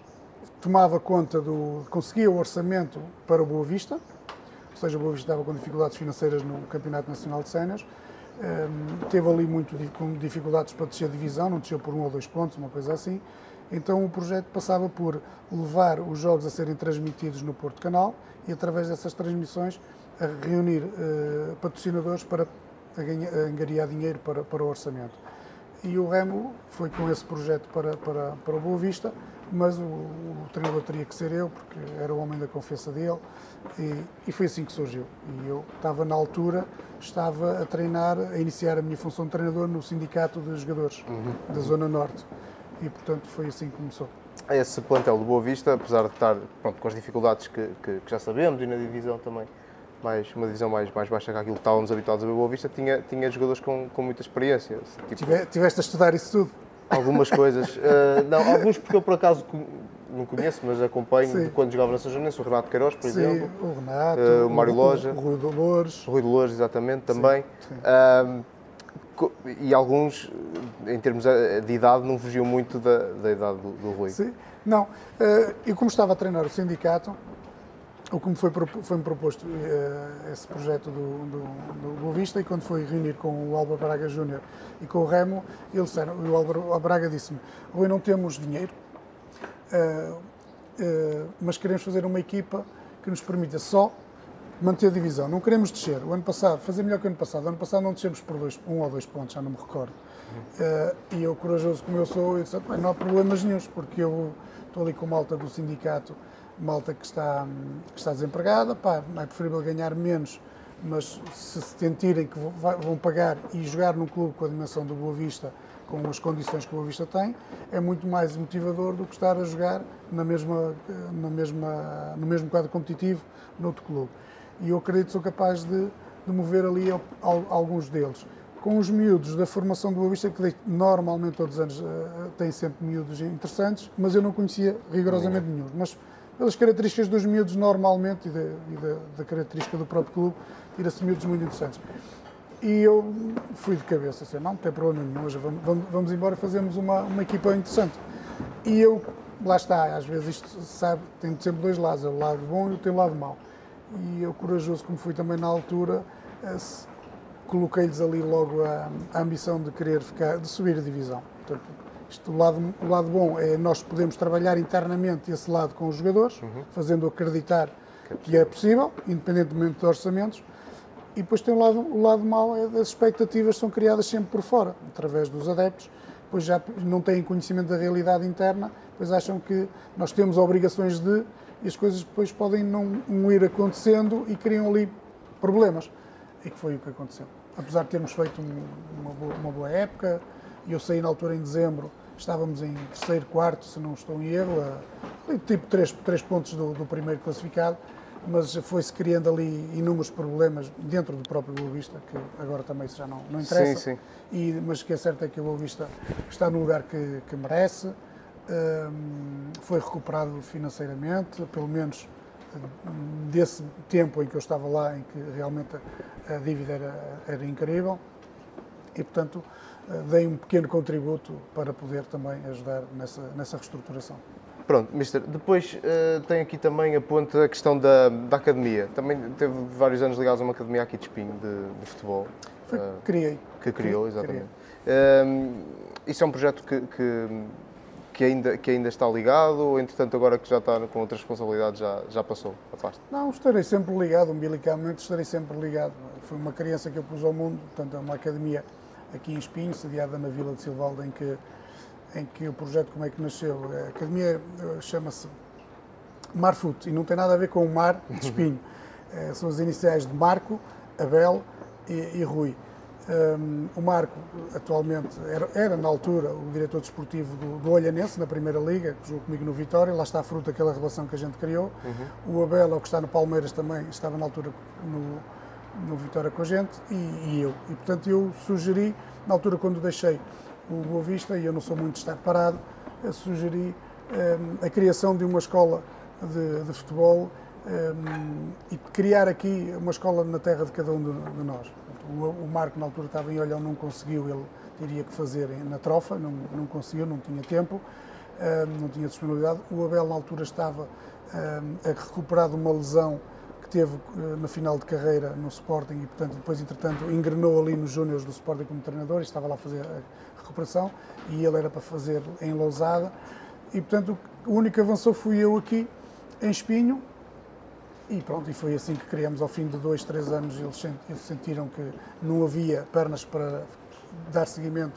S2: tomava conta do, conseguia o orçamento para o Boa Vista, ou seja, o Boa Vista estava com dificuldades financeiras no Campeonato Nacional de Séniores, um, teve ali muito com dificuldades para descer a divisão, não desceu por um ou dois pontos, uma coisa assim, então o projeto passava por levar os jogos a serem transmitidos no Porto Canal e através dessas transmissões a reunir uh, patrocinadores para a ganhar, a angariar dinheiro para, para o orçamento. E o Remo foi com esse projeto para, para, para o Boa Vista, mas o, o treinador teria que ser eu, porque era o homem da confiança dele, e, e foi assim que surgiu. E eu estava na altura, estava a treinar, a iniciar a minha função de treinador no sindicato de jogadores uhum. da Zona Norte, e portanto foi assim que começou.
S1: Esse plantel do Boa Vista, apesar de estar pronto, com as dificuldades que, que, que já sabemos, e na divisão também, mais, uma divisão mais, mais baixa que aquilo que estávamos habituados a ver, Boa Vista, tinha, tinha jogadores com, com muita experiência.
S2: Tipo, Tive, tiveste a estudar isso tudo?
S1: Algumas coisas. Uh, não, alguns porque eu por acaso não conheço, mas acompanho Sim. de quando jogava na São Joanense, o Renato Queiroz, por
S2: Sim,
S1: exemplo.
S2: o Renato,
S1: uh, o Mário
S2: o,
S1: Loja.
S2: O Rui Dolores.
S1: O Rui Dolores, exatamente, também.
S2: Sim, sim.
S1: Uh, e alguns, em termos de idade, não fugiam muito da, da idade do, do Rui.
S2: Sim. Não, uh, eu como estava a treinar o sindicato, o que me foi, foi-me proposto uh, esse projeto do, do, do Boa Vista, e quando fui reunir com o Álvaro Braga Júnior e com o Remo, eles disseram, o Álvaro Braga disse-me, Rui, não temos dinheiro, uh, uh, mas queremos fazer uma equipa que nos permita só manter a divisão, não queremos descer. O ano passado, fazer melhor que o ano passado, o ano passado não descemos por dois, um ou dois pontos, já não me recordo. Uh, e eu, corajoso como eu sou, eu disse, não há problemas nenhums, porque eu estou ali com malta do sindicato, malta que está, que está desempregada, pá, é preferível ganhar menos, mas se se sentirem que vão pagar e jogar num clube com a dimensão do Boa Vista, com as condições que o Boa Vista tem, é muito mais motivador do que estar a jogar na mesma, na mesma, no mesmo quadro competitivo noutro clube. E eu acredito que sou capaz de, de mover ali ao, ao, alguns deles. Com os miúdos da formação do Boa Vista, que normalmente todos os anos uh, têm sempre miúdos interessantes, mas eu não conhecia rigorosamente nenhum. Mas pelas características dos miúdos normalmente e da, e da, da característica do próprio clube, tira-se miúdos muito interessantes. E eu fui de cabeça, assim, não, não tem problema nenhum, hoje vamos, vamos, vamos embora e fazemos uma, uma equipa interessante. E eu, lá está, às vezes isto, sabe, tem sempre dois lados, o lado bom e o lado mau. E eu, corajoso como fui também na altura, coloquei-lhes ali logo a, a ambição de querer ficar, de subir a divisão. Portanto, isto, o, lado, o lado bom é nós podemos trabalhar internamente esse lado com os jogadores, uhum. fazendo acreditar que é, que é possível, independentemente dos orçamentos. E depois tem o lado, o lado mau, é das expectativas que são criadas sempre por fora, através dos adeptos, depois já não têm conhecimento da realidade interna, depois acham que nós temos obrigações de, e as coisas depois podem não, não ir acontecendo e criam ali problemas. E que foi o que aconteceu. Apesar de termos feito uma boa, uma boa época, e eu saí na altura em dezembro, estávamos em terceiro, quarto, se não estou em erro, a, tipo três, três pontos do, do primeiro classificado, mas foi-se criando ali inúmeros problemas dentro do próprio Boa Vista, que agora também isso já não, não interessa.
S1: Sim, sim.
S2: E, mas o que é certo é que o Boa Vista está no lugar que, que merece, um, foi recuperado financeiramente, pelo menos desse tempo em que eu estava lá, em que realmente a, a dívida era, era incrível, e portanto dei um pequeno contributo para poder também ajudar nessa, nessa reestruturação.
S1: Pronto, mister, depois uh, tem aqui também a ponta a questão da, da academia. Também teve vários anos ligados a uma academia aqui de Espinho, de, de futebol.
S2: Foi, uh, criei.
S1: Que criou, exatamente. Uh, isso é um projeto que, que, que, ainda, que ainda está ligado, ou entretanto agora que já está com outras responsabilidades já, já passou a pasta?
S2: Não, estarei sempre ligado, umbilicalmente estarei sempre ligado. Foi uma criança que eu pus ao mundo, portanto é uma academia aqui em Espinho, sediada na Vila de Silvalda, em que em que o projeto, como é que nasceu? A academia chama-se Marfoot e não tem nada a ver com o mar de Espinho. É, são as iniciais de Marco, Abel e, e Rui. Um, o Marco, atualmente, era, era na altura o diretor desportivo do, do Olhanense, na Primeira Liga, que jogou comigo no Vitória, lá está a fruta daquela relação que a gente criou. Uhum. O Abel, o que está no Palmeiras também, estava na altura no, no Vitória com a gente, e, e eu. E, portanto, eu sugeri, na altura quando deixei o Boa Vista, e eu não sou muito de estar parado, sugeri um, a criação de uma escola de, de futebol um, e criar aqui uma escola na terra de cada um de, de nós. O, o Marco, na altura, estava em Olhão, não conseguiu, ele teria que fazer na Trofa, não, não conseguiu, não tinha tempo, um, não tinha disponibilidade. O Abel, na altura, estava um, a recuperar de uma lesão que teve uh, na final de carreira no Sporting e, portanto, depois, entretanto, engrenou ali nos Júniores do Sporting como treinador e estava lá a fazer a recuperação, e ele era para fazer em Lousada, e portanto o único que avançou fui eu aqui em Espinho, e pronto, e foi assim que criamos. Ao fim de dois, três anos eles, sent, eles sentiram que não havia pernas para dar seguimento a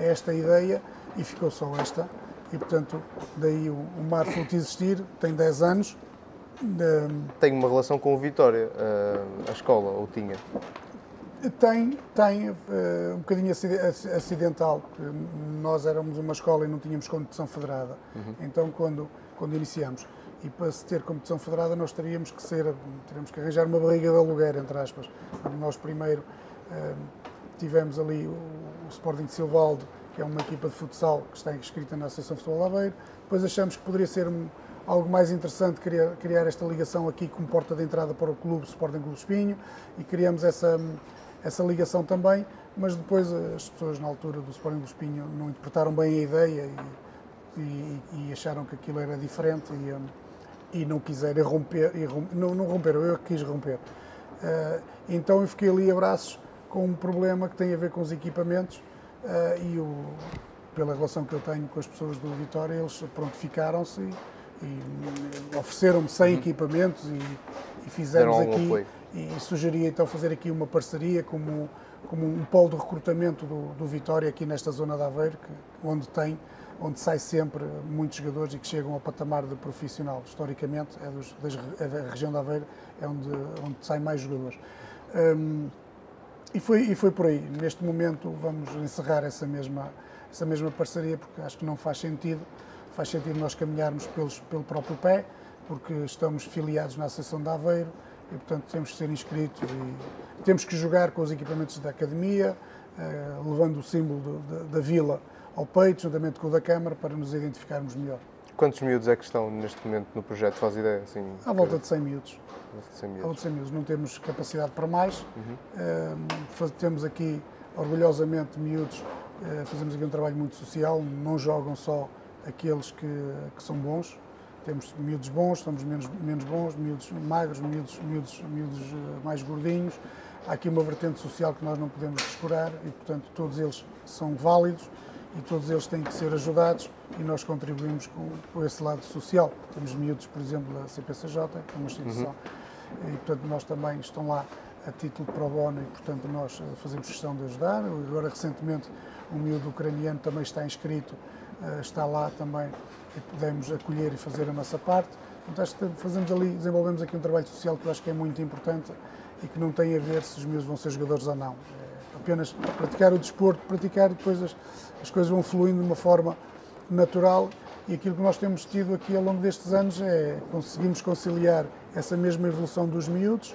S2: é esta a ideia e ficou só esta. E, portanto, daí o, o Marfoot existir, tem dez anos. Um,
S1: tem uma relação com o Vitória, a escola, ou tinha?
S2: Tem, tem uh, um bocadinho acidental, porque nós éramos uma escola e não tínhamos competição federada. Uhum. Então, quando, quando iniciamos, e para se ter competição federada, nós teríamos que ser, teríamos que arranjar uma barriga de aluguer, entre aspas. Nós primeiro uh, tivemos ali o, o Sporting de Silvaldo, que é uma equipa de futsal que está inscrita na Associação de Futebol Aveiro. Depois achamos que poderia ser um, algo mais interessante criar, criar esta ligação aqui como porta de entrada para o clube, Sporting Clube Espinho, e criamos essa, essa ligação também, mas depois as pessoas na altura do Sporting Clube Espinho não interpretaram bem a ideia e, e, e acharam que aquilo era diferente e, e não quiseram romper, e romper não, não romperam, eu que quis romper. Uh, então eu fiquei ali a braços com um problema que tem a ver com os equipamentos. Uh, e o, pela relação que eu tenho com as pessoas do Vitória, eles prontificaram-se e, e ofereceram-me cem uhum. equipamentos e, e fizemos aqui e sugeria então fazer aqui uma parceria como, como um polo de recrutamento do, do Vitória aqui nesta zona de Aveiro, que, onde tem, onde sai sempre muitos jogadores e que chegam ao patamar de profissional. Historicamente é, dos, das, é da região de Aveiro, é onde, onde saem mais jogadores. Um, E foi, e foi por aí. Neste momento vamos encerrar essa mesma, essa mesma parceria, porque acho que não faz sentido. Faz sentido nós caminharmos pelos, pelo próprio pé, porque estamos filiados na Associação de Aveiro e, portanto, temos que ser inscritos e temos que jogar com os equipamentos da Academia, eh, levando o símbolo do, da, da vila ao peito, juntamente com o da Câmara, para nos identificarmos melhor.
S1: Quantos miúdos é que estão neste momento no projeto? Faz ideia? Assim,
S2: à volta de cem miúdos.
S1: cem miúdos.
S2: À volta de cem miúdos. Não temos capacidade para mais.
S1: Uhum.
S2: Uh, temos aqui, orgulhosamente, miúdos. Uh, fazemos aqui um trabalho muito social. Não jogam só aqueles que, que são bons. Temos miúdos bons, temos menos, menos bons, miúdos magros, miúdos, miúdos, miúdos uh, mais gordinhos. Há aqui uma vertente social que nós não podemos descurar e, portanto, todos eles são válidos e todos eles têm que ser ajudados e nós contribuímos com, com esse lado social. Temos miúdos, por exemplo, da C P C J, que é uma instituição, uhum. e portanto nós também estão lá a título pro bono e portanto nós fazemos questão de ajudar. Agora recentemente um miúdo ucraniano também está inscrito, está lá também e podemos acolher e fazer a nossa parte. Portanto, acho que fazemos ali, desenvolvemos aqui um trabalho social que eu acho que é muito importante e que não tem a ver se os miúdos vão ser jogadores ou não. É apenas praticar o desporto, praticar e depois as, as coisas vão fluindo de uma forma natural e aquilo que nós temos tido aqui ao longo destes anos é conseguimos conciliar essa mesma evolução dos miúdos,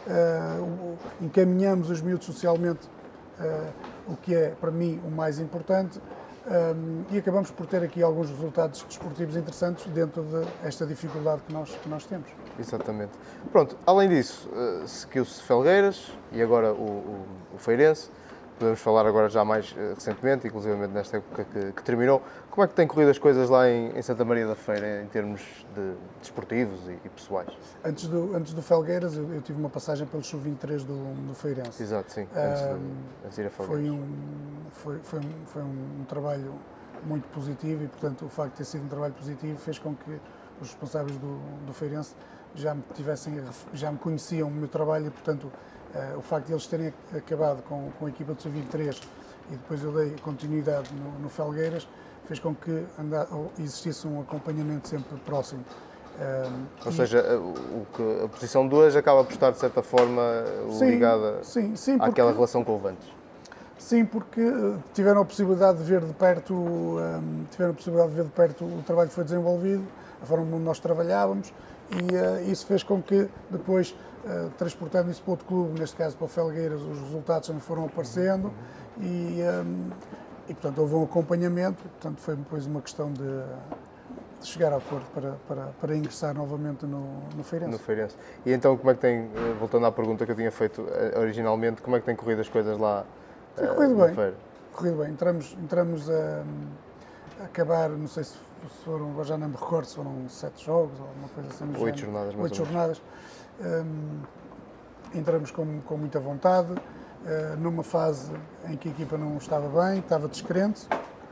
S2: uh, encaminhamos os miúdos socialmente, uh, o que é para mim o mais importante, um, e acabamos por ter aqui alguns resultados desportivos interessantes dentro desta dificuldade que nós, que nós temos.
S1: Exatamente. Pronto, além disso, uh, seguiu-se Felgueiras e agora o, o, o Feirense. Podemos falar agora já mais uh, recentemente, inclusivamente nesta época que, que terminou. Como é que têm corrido as coisas lá em, em Santa Maria da Feira, em termos de desportivos e, e pessoais?
S2: Antes do, antes do Felgueiras, eu, eu tive uma passagem pelo sub vinte e três do, do Feirense.
S1: Exato, sim. Antes,
S2: um,
S1: de, antes de ir a Felgueiras.
S2: Foi, um, foi, foi, um, foi um trabalho muito positivo e, portanto, o facto de ter sido um trabalho positivo fez com que os responsáveis do, do Feirense já me, tivessem, já me conheciam o meu trabalho e, portanto, Uh, o facto de eles terem acabado com, com a equipa de sub vinte e três e depois eu dei continuidade no, no Felgueiras, fez com que anda, existisse um acompanhamento sempre próximo.
S1: Um, Ou e, seja, o que, a posição de hoje acaba por estar, de certa forma, sim, ligada
S2: sim, sim, porque,
S1: àquela relação com o Vantes.
S2: Sim, porque tiveram a possibilidade de ver de perto, um, tiveram a possibilidade de ver de perto o trabalho que foi desenvolvido, a forma como nós trabalhávamos e uh, isso fez com que depois, Uh, transportando isso para outro clube, neste caso para o Felgueiras, os resultados também foram aparecendo uhum. e, um, e, portanto, houve um acompanhamento, portanto, foi depois uma questão de, de chegar a acordo para, para, para ingressar novamente no, no Feirense.
S1: No Feirense. E então, como é que tem, voltando à pergunta que eu tinha feito originalmente, como é que tem corrido as coisas lá
S2: tem
S1: uh,
S2: corrido
S1: na
S2: bem,
S1: feira?
S2: Corrido bem, entramos, entramos a, a acabar, não sei se foram, já não me recordo, se foram sete jogos ou alguma coisa assim.
S1: Oito jornadas, mais
S2: Oito jornadas. Um, entramos com, com muita vontade, uh, numa fase em que a equipa não estava bem, estava descrente,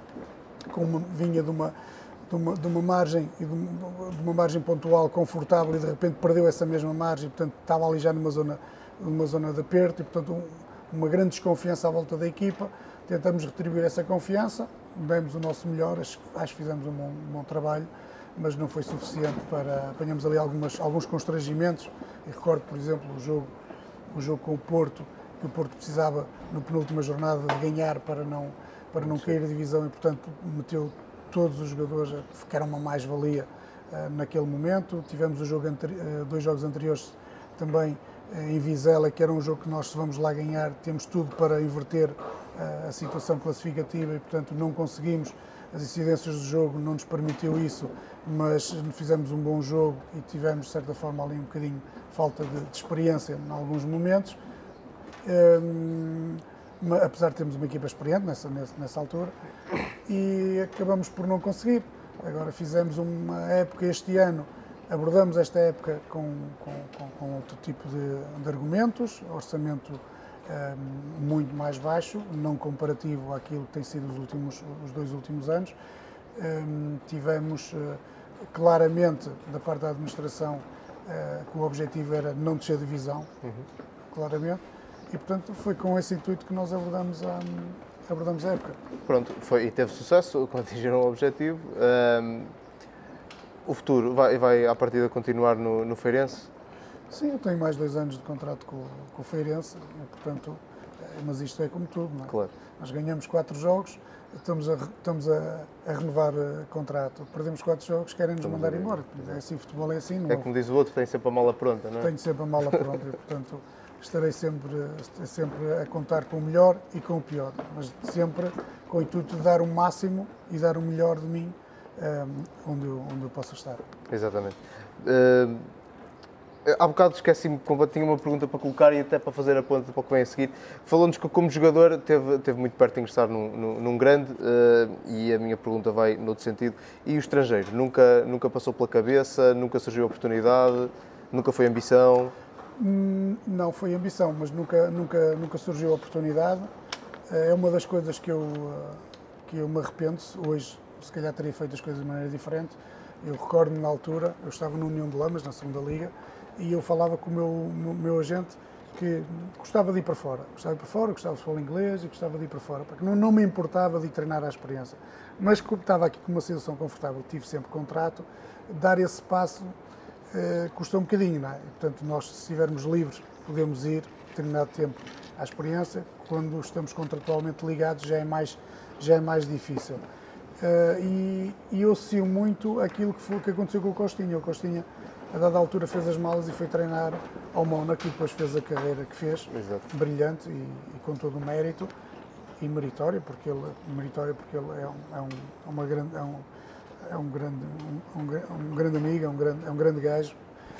S2: com uma, vinha de uma, de, uma, de uma margem e de, de uma margem pontual confortável e de repente perdeu essa mesma margem, portanto estava ali já numa zona, numa zona de aperto e portanto um, uma grande desconfiança à volta da equipa. tentamos retribuir essa confiança, demos o nosso melhor, acho, acho que fizemos um bom, um bom trabalho, mas não foi suficiente para... Apanhamos ali algumas, alguns constrangimentos, e recordo, por exemplo, o jogo, o jogo com o Porto, que o Porto precisava, na penúltima jornada, de ganhar para não, para não cair a divisão e, portanto, meteu todos os jogadores a ficar uma mais-valia uh, naquele momento. Tivemos o jogo anteri uh, dois jogos anteriores também uh, em Vizela, que era um jogo que nós, se vamos lá ganhar, temos tudo para inverter uh, a situação classificativa e, portanto, não conseguimos. As incidências do jogo não nos permitiu isso, mas fizemos um bom jogo e tivemos, de certa forma, ali um bocadinho falta de, de experiência em alguns momentos. Um, apesar de termos uma equipa experiente nessa, nessa altura, e acabamos por não conseguir. Agora fizemos uma época este ano, abordamos esta época com, com, com, com outro tipo de, de argumentos, orçamento um, muito mais baixo, não comparativo àquilo que tem sido os, últimos, os dois últimos anos. Um, tivemos uh, claramente, da parte da administração, uh, que o objetivo era não descer divisão, uhum. claramente. E, portanto, foi com esse intuito que nós abordamos a, abordamos a época.
S1: Pronto, foi, e teve sucesso, atingiram o objetivo. Um, o futuro vai, vai, à partida, continuar no, no Feirense?
S2: Sim, eu tenho mais dois anos de contrato com, com o Feirense, e, portanto, mas isto é como tudo, não é?
S1: Claro.
S2: Nós ganhamos quatro jogos, estamos a, estamos a, a renovar o contrato, perdemos quatro jogos, querem-nos mandar embora. É assim, o futebol é assim. Não
S1: é como diz o outro, tem sempre a mala pronta, não é?
S2: Tenho sempre a mala pronta, e, portanto, estarei sempre, sempre a contar com o melhor e com o pior, mas sempre com o intuito de dar o máximo e dar o melhor de mim um, onde, eu, onde eu possa estar.
S1: Exatamente. Uh, há bocado esqueci-me, tinha uma pergunta para colocar e até para fazer a ponta para o que vem a seguir. Falou-nos que como jogador teve, teve muito perto de ingressar num, num, num grande uh, e a minha pergunta vai noutro sentido. E o estrangeiro? Nunca, nunca passou pela cabeça? Nunca surgiu a oportunidade? Nunca foi ambição?
S2: Não foi ambição, mas nunca, nunca, nunca surgiu a oportunidade. É uma das coisas que eu, que eu me arrependo. Hoje, se calhar, teria feito as coisas de maneira diferente. Eu recordo-me na altura, eu estava no União de Lamas, na segunda Liga, e eu falava com o meu, meu agente que gostava de ir para fora. Gostava de ir para fora, gostava de falar inglês e gostava de ir para fora, porque não, não me importava de ir treinar à experiência. Mas como estava aqui com uma situação confortável, tive sempre contrato, dar esse passo Uh, custa um bocadinho, não é? E, portanto, nós, se estivermos livres, podemos ir determinado tempo à experiência. Quando estamos contratualmente ligados, já é mais, já é mais difícil. Uh, e, e eu associo muito aquilo que, foi, que aconteceu com o Costinha. O Costinha, a dada altura, fez as malas e foi treinar ao Mónaco e depois fez a carreira que fez,
S1: Exato.
S2: Brilhante e, e com todo o mérito e meritória, porque ele, meritória porque ele é, um, é, um, é uma grande... É um, é um grande, um, um, um grande amigo, é um grande, é um grande gajo,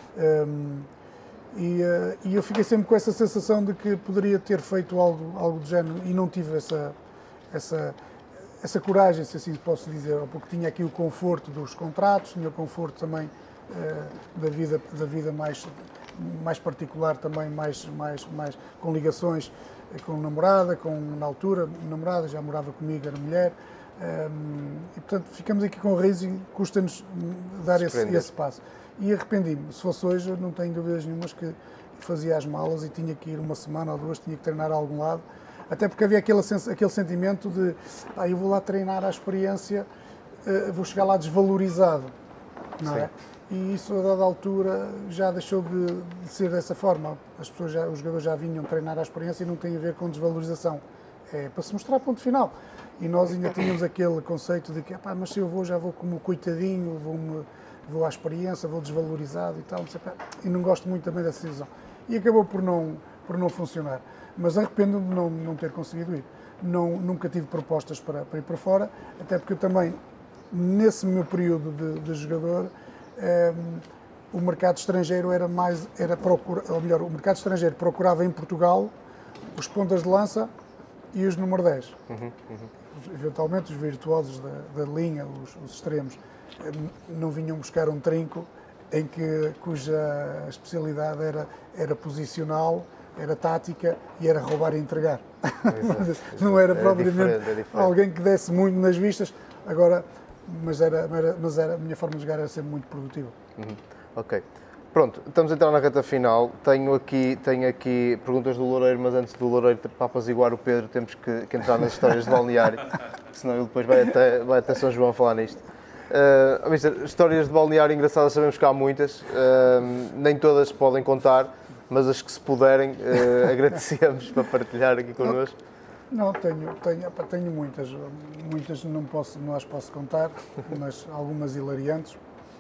S2: um, e, uh, e eu fiquei sempre com essa sensação de que poderia ter feito algo, algo do género e não tive essa, essa, essa coragem, se assim posso dizer, porque tinha aqui o conforto dos contratos, tinha o conforto também uh, da vida, da vida mais, mais particular, também mais, mais, mais com ligações com namorada, com, na altura, namorada, já morava comigo, era mulher. Um, e portanto ficamos aqui com o riso e custa-nos dar esse, esse passo. E arrependi-me. Se fosse hoje, não tenho dúvidas nenhumas que fazia as malas e tinha que ir uma semana ou duas, tinha que treinar a algum lado. Até porque havia aquele, aquele sentimento de pá, eu vou lá treinar a experiência, uh, vou chegar lá desvalorizado, não é? E isso a dada altura já deixou de, de ser dessa forma. As pessoas já, os jogadores já vinham treinar a experiência e não tem a ver com desvalorização. É para se mostrar ponto final. E nós ainda tínhamos aquele conceito de que, pá, mas se eu vou, já vou como coitadinho, vou, -me, vou à experiência, vou desvalorizado e tal, não sei, pá, e não gosto muito também dessa decisão. E acabou por não, por não funcionar. Mas arrependo-me de não, não ter conseguido ir. Não, nunca tive propostas para, para ir para fora, até porque eu também, nesse meu período de, de jogador, eh, o mercado estrangeiro era mais, era procura, ou melhor, o mercado estrangeiro procurava em Portugal os pontas de lança e os número dez. Uhum, uhum. Eventualmente os virtuosos da, da linha, os, os extremos, não vinham buscar um trinco em que, cuja especialidade era, era posicional, era tática e era roubar e entregar. Exato, não era propriamente é diferente, é alguém que desse muito nas vistas, agora, mas, era, mas era, a minha forma de jogar era sempre muito produtiva.
S1: Uhum. Ok. Pronto, estamos a entrar na reta final. Tenho aqui, tenho aqui perguntas do Loureiro, mas antes do Loureiro, para apaziguar o Pedro, temos que, que entrar nas histórias de balneário, senão ele depois vai até, vai até São João falar nisto. Uh, mister, histórias de balneário engraçadas sabemos que há muitas, uh, nem todas podem contar, mas as que se puderem, uh, agradecemos para partilhar aqui connosco.
S2: Não, tenho, tenho, tenho muitas, muitas não, posso, não as posso contar, mas algumas hilariantes.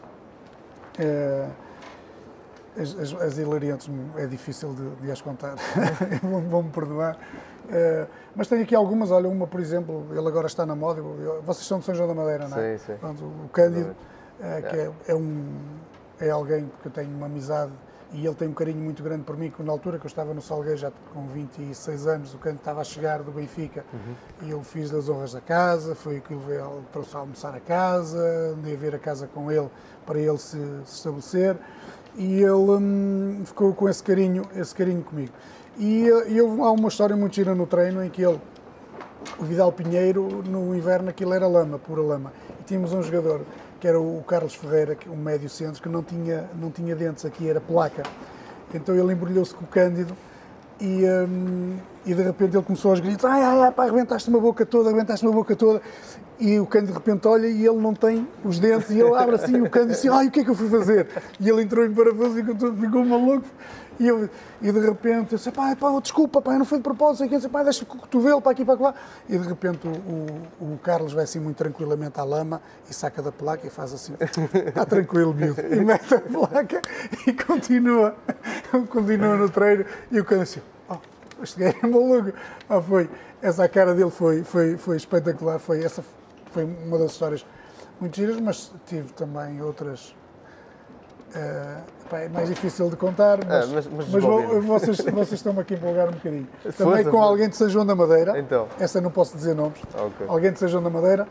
S2: Uh, As, as, as hilariantes é difícil de, de as contar, vão-me perdoar. Uh, mas tenho aqui algumas, olha, uma por exemplo, ele agora está na moda, eu, vocês são de São João da Madeira, não é?
S1: Sim, sim.
S2: Pronto, o Cândido, uh, que é, é, um, é alguém que eu tenho uma amizade e ele tem um carinho muito grande por mim, que na altura que eu estava no Salgueiro, já com vinte e seis anos, o Cândido estava a chegar do Benfica, uhum. e eu fiz das honras da casa, foi que ele trouxe a almoçar a casa, andei a ver a casa com ele para ele se, se estabelecer. E ele hum, ficou com esse carinho, esse carinho comigo. E, e houve, há uma história muito gira no treino em que ele, o Vidal Pinheiro, no inverno aquilo era lama, pura lama. E tínhamos um jogador, que era o Carlos Ferreira, um médio centro, que não tinha, não tinha dentes, aqui era placa. Então ele embrulhou-se com o Cândido e, hum, e de repente ele começou aos gritos, ai, ai, ai, pá, arrebentaste-me a boca toda, arrebentaste-me a boca toda. E o Cândido de repente olha e ele não tem os dentes e ele abre assim o Cândido e diz, ai, o que é que eu fui fazer? E ele entrou em parafuso e ficou maluco. E, eu, e de repente eu disse, pá, pá, desculpa, pá, não foi de propósito, eu disse, pá, deixa o cotovelo para aqui, para lá. E de repente o, o, o Carlos vai assim muito tranquilamente à lama e saca da placa e faz assim, está tranquilo, miúdo. E mete a placa e continua, continua no treino e o Cândido assim, oh, este gajo é maluco. Ah, foi, essa a cara dele foi, foi, foi espetacular, foi essa. Foi uma das histórias muito giras, mas tive também outras. Uh, pá, é mais difícil de contar, mas, ah, mas, mas, mas vou, vocês, vocês estão-me aqui a empolgar um bocadinho. Também Força, com alguém de São João da Madeira,
S1: então.
S2: Essa não posso dizer nomes,
S1: okay.
S2: Alguém de São João da Madeira,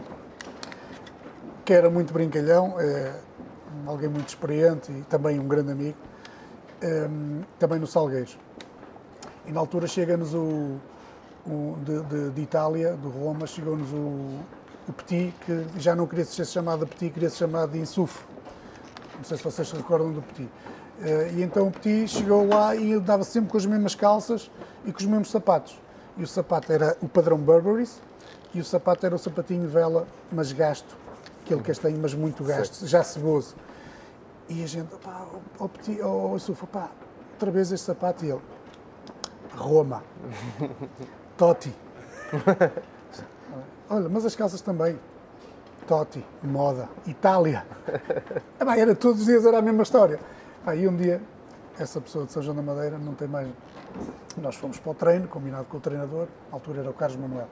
S2: que era muito brincalhão, é, alguém muito experiente e também um grande amigo, é, também no Salgueiros. E na altura chega-nos o, o de, de, de Itália, de Roma, chegou-nos o o Petit, que já não queria ser chamado de Petit, queria ser chamado de Insufo. Não sei se vocês se recordam do Petit. E então o Petit chegou lá e ele dava sempre com as mesmas calças e com os mesmos sapatos. E o sapato era o padrão Burberry's e o sapato era o sapatinho de vela, mas gasto, aquele castanho, mas muito gasto, Sim. já ceboso. E a gente, pá, o Petit, o Insufo, pá, outra vez este sapato e ele, Roma, Totti. Olha, mas as calças também. Totti, moda, Itália. Ah, bem, era, todos os dias era a mesma história. Ah, e um dia, essa pessoa de São João da Madeira não tem mais. Nós fomos para o treino, combinado com o treinador, na altura era o Carlos Manuel.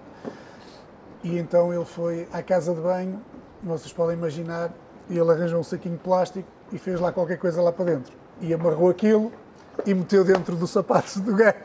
S2: E então ele foi à casa de banho, vocês podem imaginar, e ele arranjou um saquinho de plástico e fez lá qualquer coisa lá para dentro. E amarrou aquilo e meteu dentro dos sapatos do gajo.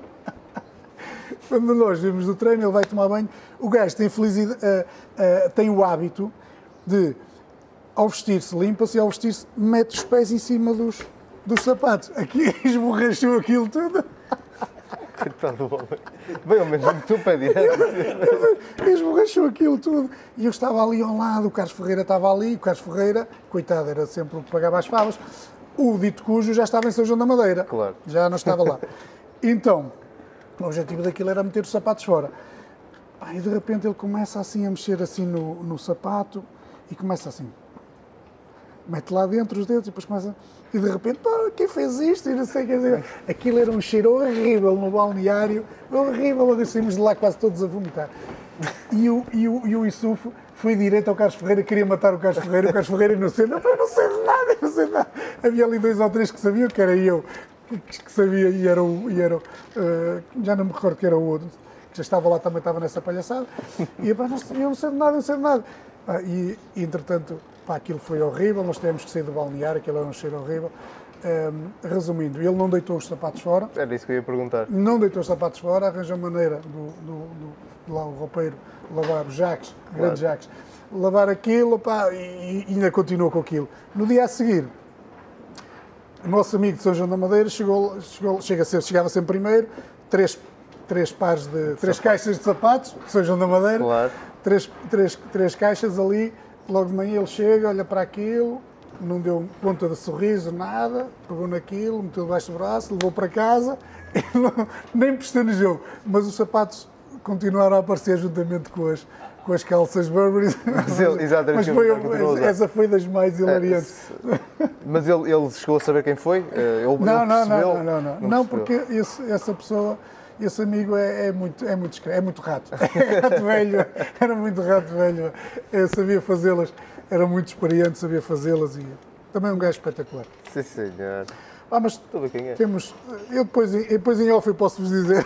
S2: Quando nós vimos do treino, ele vai tomar banho, o gajo tem, felicidade, uh, uh, tem o hábito de, ao vestir-se, limpa-se e ao vestir-se, mete os pés em cima dos, dos sapatos. Aqui esborrachou aquilo tudo.
S1: Coitado do homem. Bem, ao menos meteu o pé direto.
S2: Esborrachou aquilo tudo. E eu estava ali ao lado, o Carlos Ferreira estava ali, o Carlos Ferreira, coitado, era sempre o que pagava as favas. O dito cujo já estava em São João da Madeira.
S1: Claro.
S2: Já não estava lá. Então, o objetivo daquilo era meter os sapatos fora. Ah, e de repente ele começa assim a mexer assim no, no sapato e começa assim. Mete lá dentro os dedos e depois começa... E de repente, pá, quem fez isto? E não sei o que dizer. Aquilo era um cheiro horrível no balneário. Horrível, saímos de lá quase todos a vomitar. E o, e o, e o Insufo foi direto ao Carlos Ferreira, queria matar o Carlos Ferreira. O Carlos Ferreira inocente. Não, eu não sei de nada, eu não sei de nada. Havia ali dois ou três que sabiam, que era eu. que sabia e era o, e era o uh, já não me recordo que era o outro, que já estava lá, também estava nessa palhaçada, e pá, não sei, eu não sei de nada, eu não sei de nada. Ah, e, e entretanto, pá, aquilo foi horrível, nós tivemos que sair do balneário, aquilo era um cheiro horrível. Um, resumindo, ele não deitou os sapatos fora.
S1: Era isso que eu ia perguntar.
S2: Não deitou os sapatos fora, arranjou maneira do, do, do, do lá o roupeiro lavar os Jacques, claro. Grande Jacques, lavar aquilo, pá, e, e ainda continuou com aquilo. No dia a seguir, o nosso amigo de São João da Madeira chegou, chegou, chega sempre, chegava sempre primeiro, três, três pares de, três caixas de sapatos, de São João da Madeira,
S1: claro.
S2: três, três, três caixas ali, logo de manhã ele chega, olha para aquilo, não deu ponta de sorriso, nada, pegou naquilo, meteu debaixo do braço, levou para casa, e não, nem pestanejou, mas os sapatos continuaram a aparecer juntamente com as, com as calças Burberry.
S1: Mas, ele, exatamente,
S2: mas foi, essa foi das mais hilariantes.
S1: É, mas ele, ele chegou a saber quem foi? Ele,
S2: não,
S1: ele
S2: não, não, não, não,
S1: não,
S2: não, não porque esse, essa pessoa, esse amigo é, é muito, é muito é muito rato, é rato velho, era muito rato velho, eu sabia fazê-las, era muito experiente, sabia fazê-las e também um gajo espetacular.
S1: Sim, senhor.
S2: Ah, mas
S1: quem é.
S2: temos, eu depois, eu depois em off eu posso-vos dizer.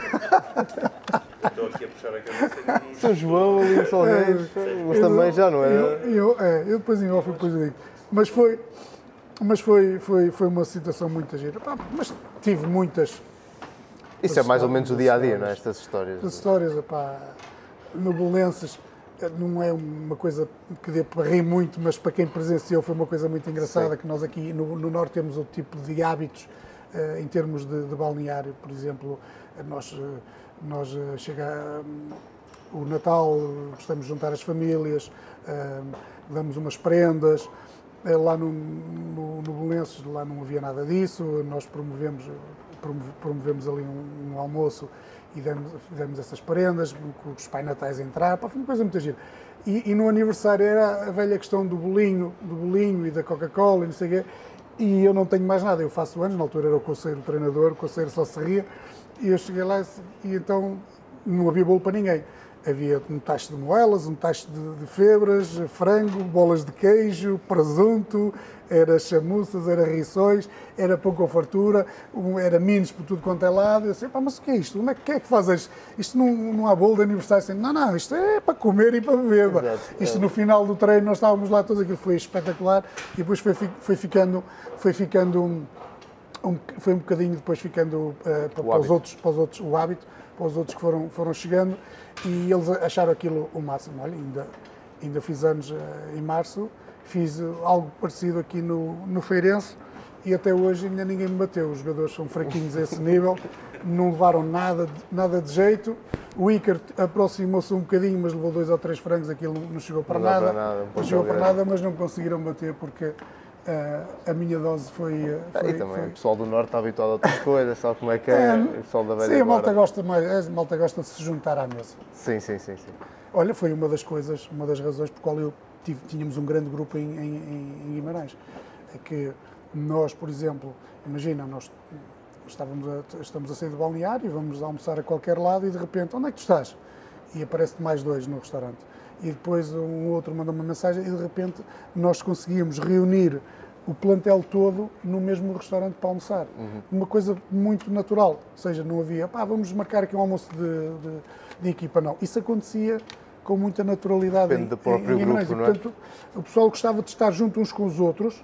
S3: Estou aqui a puxar a cabeça.
S1: São João ali, o Salgueiros, mas também já não é?
S2: Eu, eu, é, eu depois em off depois eu digo. Mas foi, mas foi, foi, foi uma situação muito gira. Pá, mas tive muitas.
S1: Isso é mais ou menos o dia a dia, não é? Estas histórias.
S2: As histórias, pá, no Belenenses não é uma coisa que dê para rir muito, mas para quem presenciou foi uma coisa muito engraçada. Sim. Que nós aqui no, no Norte temos outro tipo de hábitos uh, em termos de, de balneário. Por exemplo, nós, uh, nós uh, chega um, o Natal, gostamos de juntar as famílias, uh, damos umas prendas. Uh, lá no, no, no Belenenses lá não havia nada disso, nós promovemos, promovemos ali um, um almoço e demos, demos essas prendas, com os Pai Natais a entrar, pá, foi uma coisa muito gira. E, e no aniversário era a velha questão do bolinho, do bolinho e da Coca-Cola e não sei o quê, e eu não tenho mais nada, eu faço anos, na altura era o conselheiro, o treinador, o conselheiro só se ria, e eu cheguei lá e então não havia bolo para ninguém. Havia um tacho de moelas, um tacho de, de febras, frango, bolas de queijo, presunto, era chamuças, era riçóis, era pão com fartura, um, era minos por tudo quanto é lado. Eu disse, pá, mas o que é isto? Onde é que é que fazes? Isto não, não há bolo de aniversário? Assim, não, não, isto é para comer e para beber. Exato, isto é. No final do treino nós estávamos lá todos, aquilo foi espetacular e depois foi, foi ficando, foi ficando um, um, foi um bocadinho depois ficando uh, para, para, os outros, para os outros, o hábito, para os outros que foram, foram chegando e eles acharam aquilo o máximo. Olha, ainda, ainda fiz anos uh, em março, fiz uh, algo parecido aqui no, no Feirense e até hoje ainda ninguém me bateu. Os jogadores são fraquinhos a esse nível, não levaram nada de, nada de jeito. O Iker aproximou-se um bocadinho, mas levou dois ou três frangos, aquilo não chegou para não nada, para nada não chegou para nada, mas não conseguiram bater porque Uh, a minha dose foi... foi
S1: e também
S2: foi...
S1: o pessoal do Norte está habituado a outras coisas, sabe como é que é, é o pessoal da velha
S2: Sim, a malta, gosta mais, a malta gosta de se juntar à mesa.
S1: Sim, sim, sim, sim.
S2: Olha, foi uma das coisas, uma das razões por qual eu tive, tínhamos um grande grupo em, em, em Guimarães. É que nós, por exemplo, imagina, nós estávamos a, estamos a sair do balneário e vamos almoçar a qualquer lado e de repente, onde é que tu estás? E aparece-te mais dois no restaurante. E depois um outro manda uma mensagem e de repente nós conseguíamos reunir o plantel todo no mesmo restaurante para almoçar. Uhum. Uma coisa muito natural, ou seja, não havia, pá, vamos marcar aqui um almoço de, de, de equipa, não. Isso acontecia com muita naturalidade.
S1: Depende do próprio
S2: em, em
S1: grupo,
S2: e,
S1: não é?
S2: portanto, o pessoal gostava de estar junto uns com os outros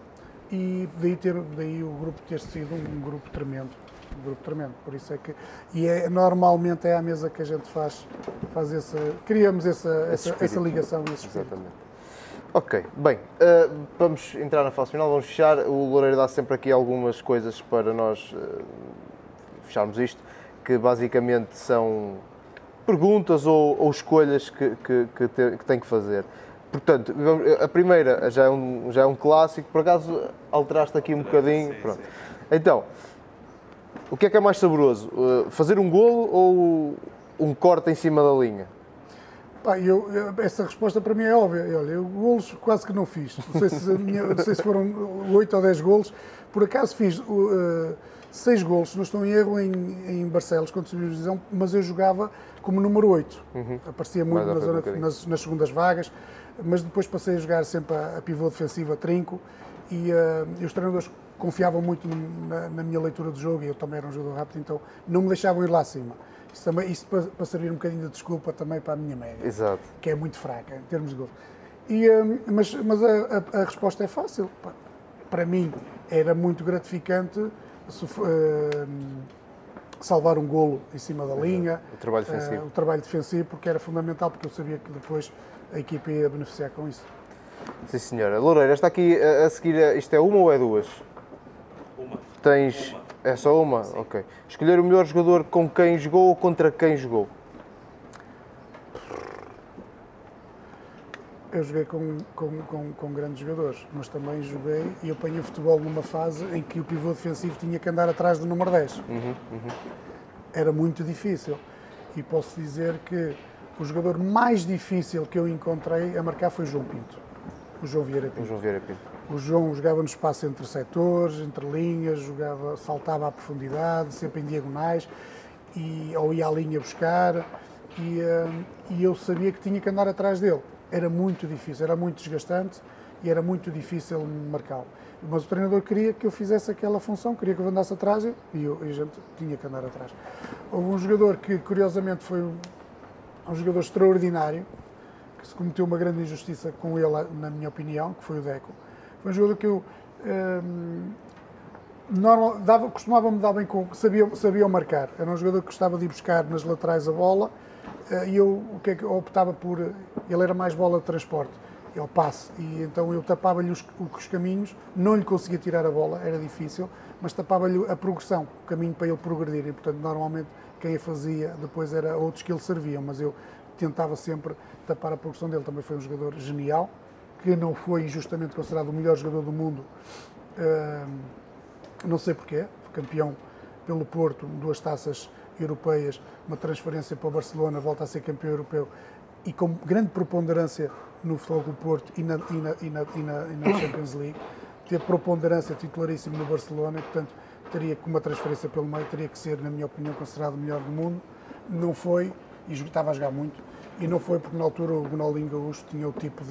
S2: e daí, ter, daí o grupo ter sido um grupo tremendo. Um grupo tremendo, por isso é que... E é, normalmente é à mesa que a gente faz, faz essa... Criamos essa, essa, essa ligação. Esse
S1: Exatamente. Ok, bem, uh, vamos entrar na fase final, vamos fechar. O Loureiro dá sempre aqui algumas coisas para nós uh, fecharmos isto, que basicamente são perguntas ou, ou escolhas que, que, que, te, que tem que fazer. Portanto, a primeira já é, um, já é um clássico, por acaso alteraste aqui um bocadinho. Sim, pronto. Sim. Então, o que é que é mais saboroso? Uh, fazer um golo ou um corte em cima da linha?
S2: Pá, eu, eu, essa resposta para mim é óbvia. Olha, eu golos quase que não fiz. Não sei se, minha, não sei se foram oito ou dez golos. Por acaso fiz uh, seis golos, se não estou em erro, em, em Barcelos, quando subi a divisão, mas eu jogava como número oito. Uhum. Aparecia muito na zona, um nas, nas segundas vagas, mas depois passei a jogar sempre a, a pivô defensivo, a trinco, e, uh, e os treinadores confiavam muito na, na minha leitura do jogo, e eu também era um jogador rápido, então não me deixavam ir lá acima. Isso, também, isso para, para servir um bocadinho de desculpa também para a minha média,
S1: Exato. Que
S2: é muito fraca em termos de gol. E, um, mas mas a, a, a resposta é fácil. Para mim era muito gratificante se, uh, salvar um golo em cima da linha,
S1: o trabalho defensivo.
S2: Uh, o trabalho defensivo, porque era fundamental, porque eu sabia que depois a equipa ia beneficiar com isso.
S1: Sim, senhora. Loureiro, esta aqui a, a seguir, isto é uma ou é duas?
S3: Uma.
S1: Tens...
S3: Uma.
S1: É só uma? Sim. Ok. Escolher o melhor jogador com quem jogou ou contra quem jogou?
S2: eu joguei com, com, com, com grandes jogadores, mas também joguei e apanhei o futebol numa fase em que o pivô defensivo tinha que andar atrás do número dez.
S1: Uhum, uhum.
S2: Era muito difícil. E posso dizer que o jogador mais difícil que eu encontrei a marcar foi o João Pinto. O João Vieira Pinto.
S1: O João Vieira Pinto.
S2: O João jogava no espaço entre setores, entre linhas, jogava, saltava à profundidade, sempre em diagonais, e, ou ia à linha buscar, e, uh, e eu sabia que tinha que andar atrás dele. Era muito difícil, era muito desgastante e era muito difícil marcá-lo. Mas o treinador queria que eu fizesse aquela função, queria que eu andasse atrás e, eu, e a gente tinha que andar atrás. Houve um jogador que, curiosamente, foi um, um jogador extraordinário, que se cometeu uma grande injustiça com ele, na minha opinião, que foi o Deco. Foi um jogador que eu um, normal, dava, costumava-me dar bem com, sabia, sabia marcar. Era um jogador que gostava de ir buscar nas laterais a bola, uh, e eu o que é que eu optava por, ele era mais bola de transporte, ao passe, e então eu tapava-lhe os, os caminhos, não lhe conseguia tirar a bola, era difícil, mas tapava-lhe a progressão, o caminho para ele progredir, e portanto normalmente quem a fazia depois era outros que ele serviam, mas eu tentava sempre tapar a progressão dele. Também foi um jogador genial, que não foi injustamente considerado o melhor jogador do mundo, uh, não sei porquê, foi campeão pelo Porto, duas taças europeias, uma transferência para o Barcelona, volta a ser campeão europeu, e com grande preponderância no Futebol do Porto e na, e, na, e, na, e, na, e na Champions League, teve preponderância titularíssimo no Barcelona, e portanto teria que, uma transferência pelo meio, teria que ser, na minha opinião, considerado o melhor do mundo. Não foi, e estava a jogar muito, e não foi porque na altura o Gonaldinho Gaúcho tinha o tipo de,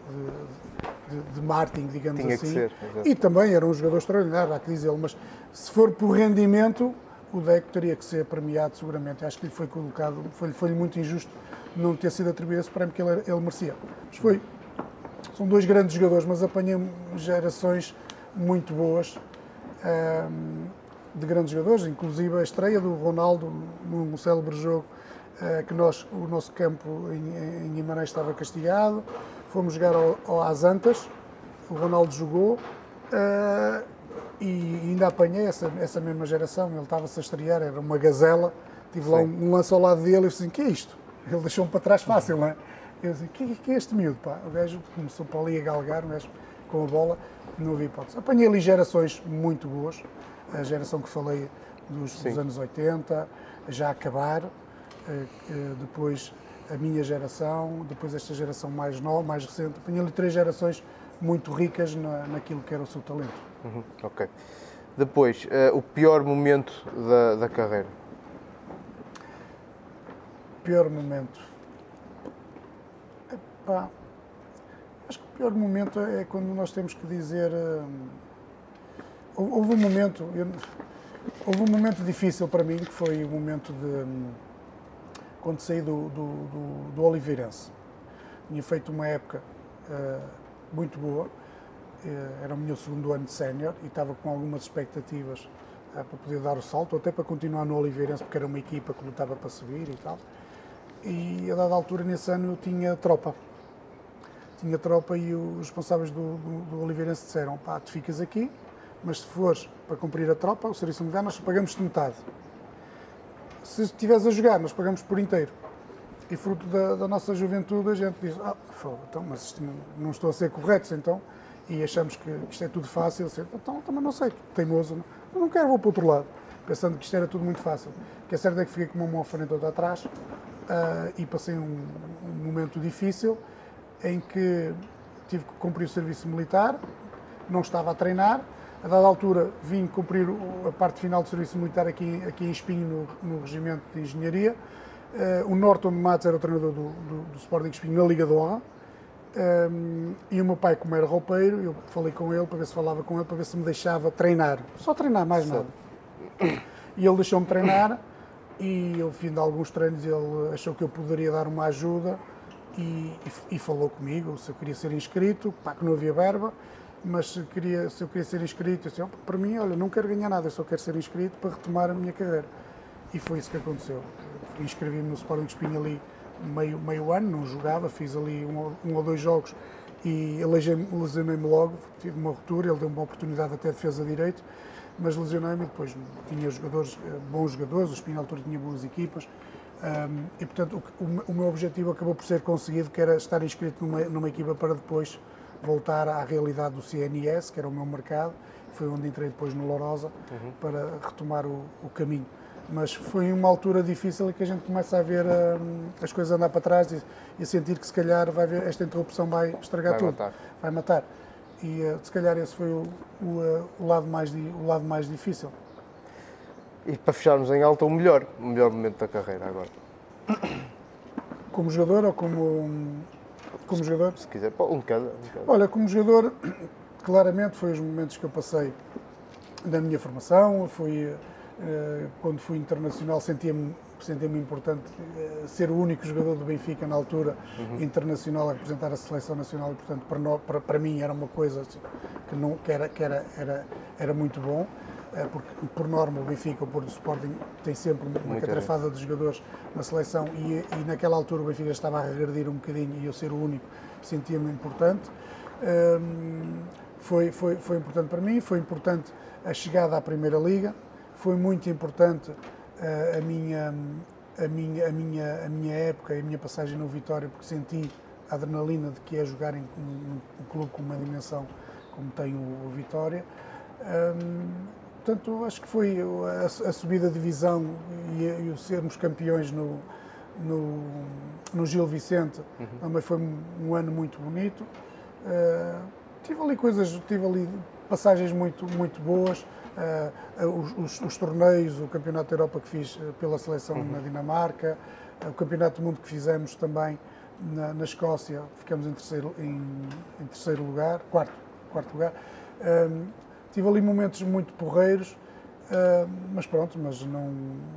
S2: de, de, de marketing, digamos
S1: tinha
S2: assim,
S1: que ser,
S2: e também era um jogador extraordinário, há que dizê-lo, mas se for por rendimento, o Deco teria que ser premiado seguramente. Acho que lhe foi colocado, foi-lhe foi muito injusto não ter sido atribuído esse prémio que ele, ele merecia. Mas foi, são dois grandes jogadores, mas apanhei gerações muito boas um, de grandes jogadores, inclusive a estreia do Ronaldo num célebre jogo uh, que nós, o nosso campo em, em Guimarães estava castigado, fomos jogar ao, ao às Antas, o Ronaldo jogou, uh, e ainda apanhei essa, essa mesma geração. Ele estava-se a estrear, era uma gazela, tive lá um, um lance ao lado dele e eu disse assim, que é isto? Ele deixou-me para trás fácil, não é? Eu disse, que, que é este miúdo, pá? O gajo começou para ali a galgar, o gajo com a bola, não havia hipótese. Apanhei ali gerações muito boas, a geração que falei dos, dos anos oitenta, já a acabar, depois a minha geração, depois esta geração mais nova, mais recente. Apanhei ali três gerações muito ricas na, naquilo que era o seu talento.
S1: Uhum, ok. Depois, uh, o pior momento da, da carreira?
S2: Pior momento? Epá, acho que o pior momento é quando nós temos que dizer... Uh, houve um momento... Eu, houve um momento difícil para mim, que foi o momento de... Um, quando saí do, do, do, do Oliveirense. Tinha feito uma época uh, muito boa. Era o meu segundo ano de sénior e estava com algumas expectativas uh, para poder dar o salto, até para continuar no Oliveirense, porque era uma equipa que lutava para subir e tal. E a dada altura, nesse ano, eu tinha tropa. Tinha tropa e os responsáveis do, do, do Oliveirense disseram, pá, tu ficas aqui, mas se fores para cumprir a tropa, o serviço militar, nós pagamos-te metade. Se estiveres a jogar, nós pagamos por inteiro. E fruto da, da nossa juventude, a gente diz, ah, fogo, então, mas isto não, não estou a ser corretos, então... E achamos que isto é tudo fácil, então também não sei, teimoso, não, não quero, vou para o outro lado, pensando que isto era tudo muito fácil. O que é certo é que fiquei com uma mão à frente e outra atrás, uh, e passei um, um momento difícil, em que tive que cumprir o serviço militar, não estava a treinar, a dada altura vim cumprir a parte final do serviço militar aqui, aqui em Espinho, no, no Regimento de Engenharia. Uh, o Norton Matos era o treinador do, do, do Sporting Espinho na Liga de Honra. Um, e o meu pai, como era roupeiro, eu falei com ele para ver se falava com ele, para ver se me deixava treinar, só treinar, mais nada. E ele deixou-me treinar e ao fim de alguns treinos ele achou que eu poderia dar uma ajuda e, e, e falou comigo se eu queria ser inscrito, pá, que não havia verba, mas se, queria, se eu queria ser inscrito, eu disse, oh, para mim, olha, não quero ganhar nada, eu só quero ser inscrito para retomar a minha carreira. E foi isso que aconteceu. Inscrevi-me no Sporting de Espinho ali Meio, meio ano, não jogava, fiz ali um, um ou dois jogos e lesionei-me logo, tive uma ruptura, ele deu-me uma oportunidade até de defesa direito, mas lesionei-me e depois tinha jogadores, bons jogadores, o Espinho na altura tinha boas equipas Um, e, portanto, o, o, o meu objetivo acabou por ser conseguido, que era estar inscrito numa, numa equipa para depois voltar à realidade do C N S, que era o meu mercado. Foi onde entrei depois no Lourosa, uhum. para retomar o, o caminho. Mas foi uma altura difícil em que a gente começa a ver um, as coisas andar para trás e, e a sentir que se calhar vai ver, esta interrupção vai estragar
S1: vai
S2: tudo,
S1: matar.
S2: vai matar. E uh, se calhar esse foi o, o, o, lado mais, o lado mais difícil.
S1: E para fecharmos em alta, o melhor, o melhor momento da carreira agora?
S2: Como jogador ou como, como
S1: se,
S2: jogador?
S1: Se quiser, um de cada, um de cada.
S2: Olha, como jogador, claramente foi os momentos que eu passei na minha formação, foi... Uh, quando fui internacional sentia-me sentia-me importante uh, ser o único jogador do Benfica na altura, uhum. internacional, a representar a seleção nacional, e portanto para, no, para, para mim era uma coisa assim, que, não, que, era, que era, era, era muito bom, uh, porque por norma o Benfica, o Porto do Sporting, tem sempre uma catrafada de jogadores na seleção e, e naquela altura o Benfica estava a regredir um bocadinho e eu ser o único sentia-me importante. Uh, foi, foi, foi importante para mim, foi importante a chegada à Primeira Liga. Foi muito importante uh, a, minha, a, minha, a, minha, a minha época e a minha passagem no Vitória, porque senti a adrenalina de que é jogar em um, um clube com uma dimensão como tem o, o Vitória. Um, portanto, acho que foi a, a subida de divisão e, e o sermos campeões no, no, no Gil Vicente, uhum. também foi um, um ano muito bonito. Uh, tive ali coisas, tive ali passagens muito, muito boas. Uh, os, os, os torneios, o Campeonato da Europa que fiz pela seleção uhum. na Dinamarca, uh, o Campeonato do Mundo que fizemos também na, na Escócia, ficamos em terceiro, em, em terceiro lugar, quarto, quarto lugar. Uh, tive ali momentos muito porreiros, uh, mas pronto, mas não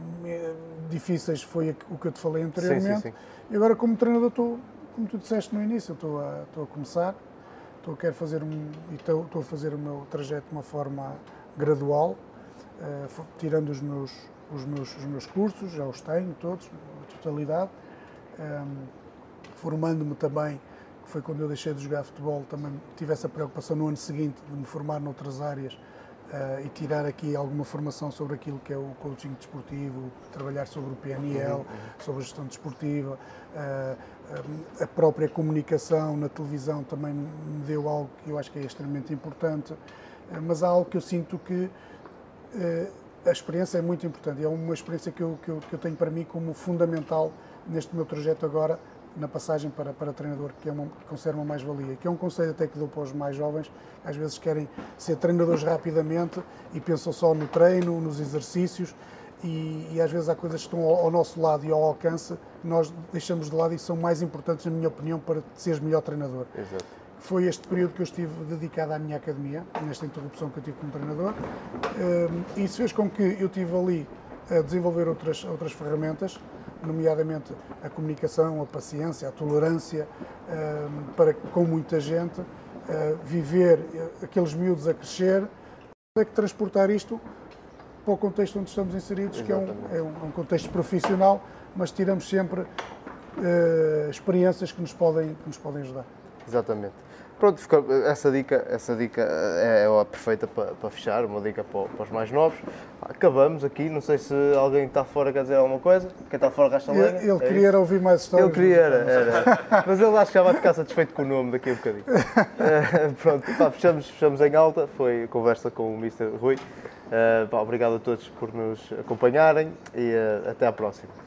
S2: difíceis foi o que eu te falei anteriormente. Sim, sim, sim. E agora como treinador, estou, como tu disseste no início, estou a, estou a começar, estou a, quero fazer um, e estou, estou a fazer o meu trajeto de uma forma gradual, uh, tirando os meus, os, meus, os meus cursos, já os tenho todos, na totalidade, um, formando-me também, que foi quando eu deixei de jogar futebol, também tive essa preocupação no ano seguinte de me formar noutras áreas uh, e tirar aqui alguma formação sobre aquilo que é o coaching desportivo, trabalhar sobre o P N L, uhum, uhum. sobre a gestão desportiva, uh, um, a própria comunicação na televisão também me deu algo que eu acho que é extremamente importante. Mas há algo que eu sinto que uh, a experiência é muito importante, é uma experiência que eu, que, eu, que eu tenho para mim como fundamental neste meu trajeto agora, na passagem para, para treinador, que, é uma, que considero uma mais-valia, que é um conselho até que dou para os mais jovens, que às vezes querem ser treinadores rapidamente e pensam só no treino, nos exercícios, e, e às vezes há coisas que estão ao, ao nosso lado e ao alcance que nós deixamos de lado e são mais importantes, na minha opinião, para seres melhor treinador.
S1: Exato.
S2: Foi este período que eu estive dedicado à minha academia, nesta interrupção que eu tive como treinador, e isso fez com que eu tive ali a desenvolver outras, outras ferramentas, nomeadamente a comunicação, a paciência, a tolerância, para com muita gente, viver aqueles miúdos a crescer, é que transportar isto para o contexto onde estamos inseridos, Exatamente. que é um, é um contexto profissional, mas tiramos sempre uh, experiências que nos podem, que nos podem ajudar.
S1: Exatamente. Pronto, essa dica, essa dica é a perfeita para, para fechar, uma dica para, para os mais novos. Acabamos aqui, não sei se alguém está fora quer dizer alguma coisa, quem está fora gasta lenha.
S2: Ele, ele é queria ouvir mais histórias.
S1: Ele queria, era, era. Mas ele acho que já vai ficar satisfeito com o nome daqui a um bocadinho. uh, pronto, pá, fechamos, fechamos em alta, foi a conversa com o mister Rui. Uh, pá, obrigado a todos por nos acompanharem e uh, até à próxima.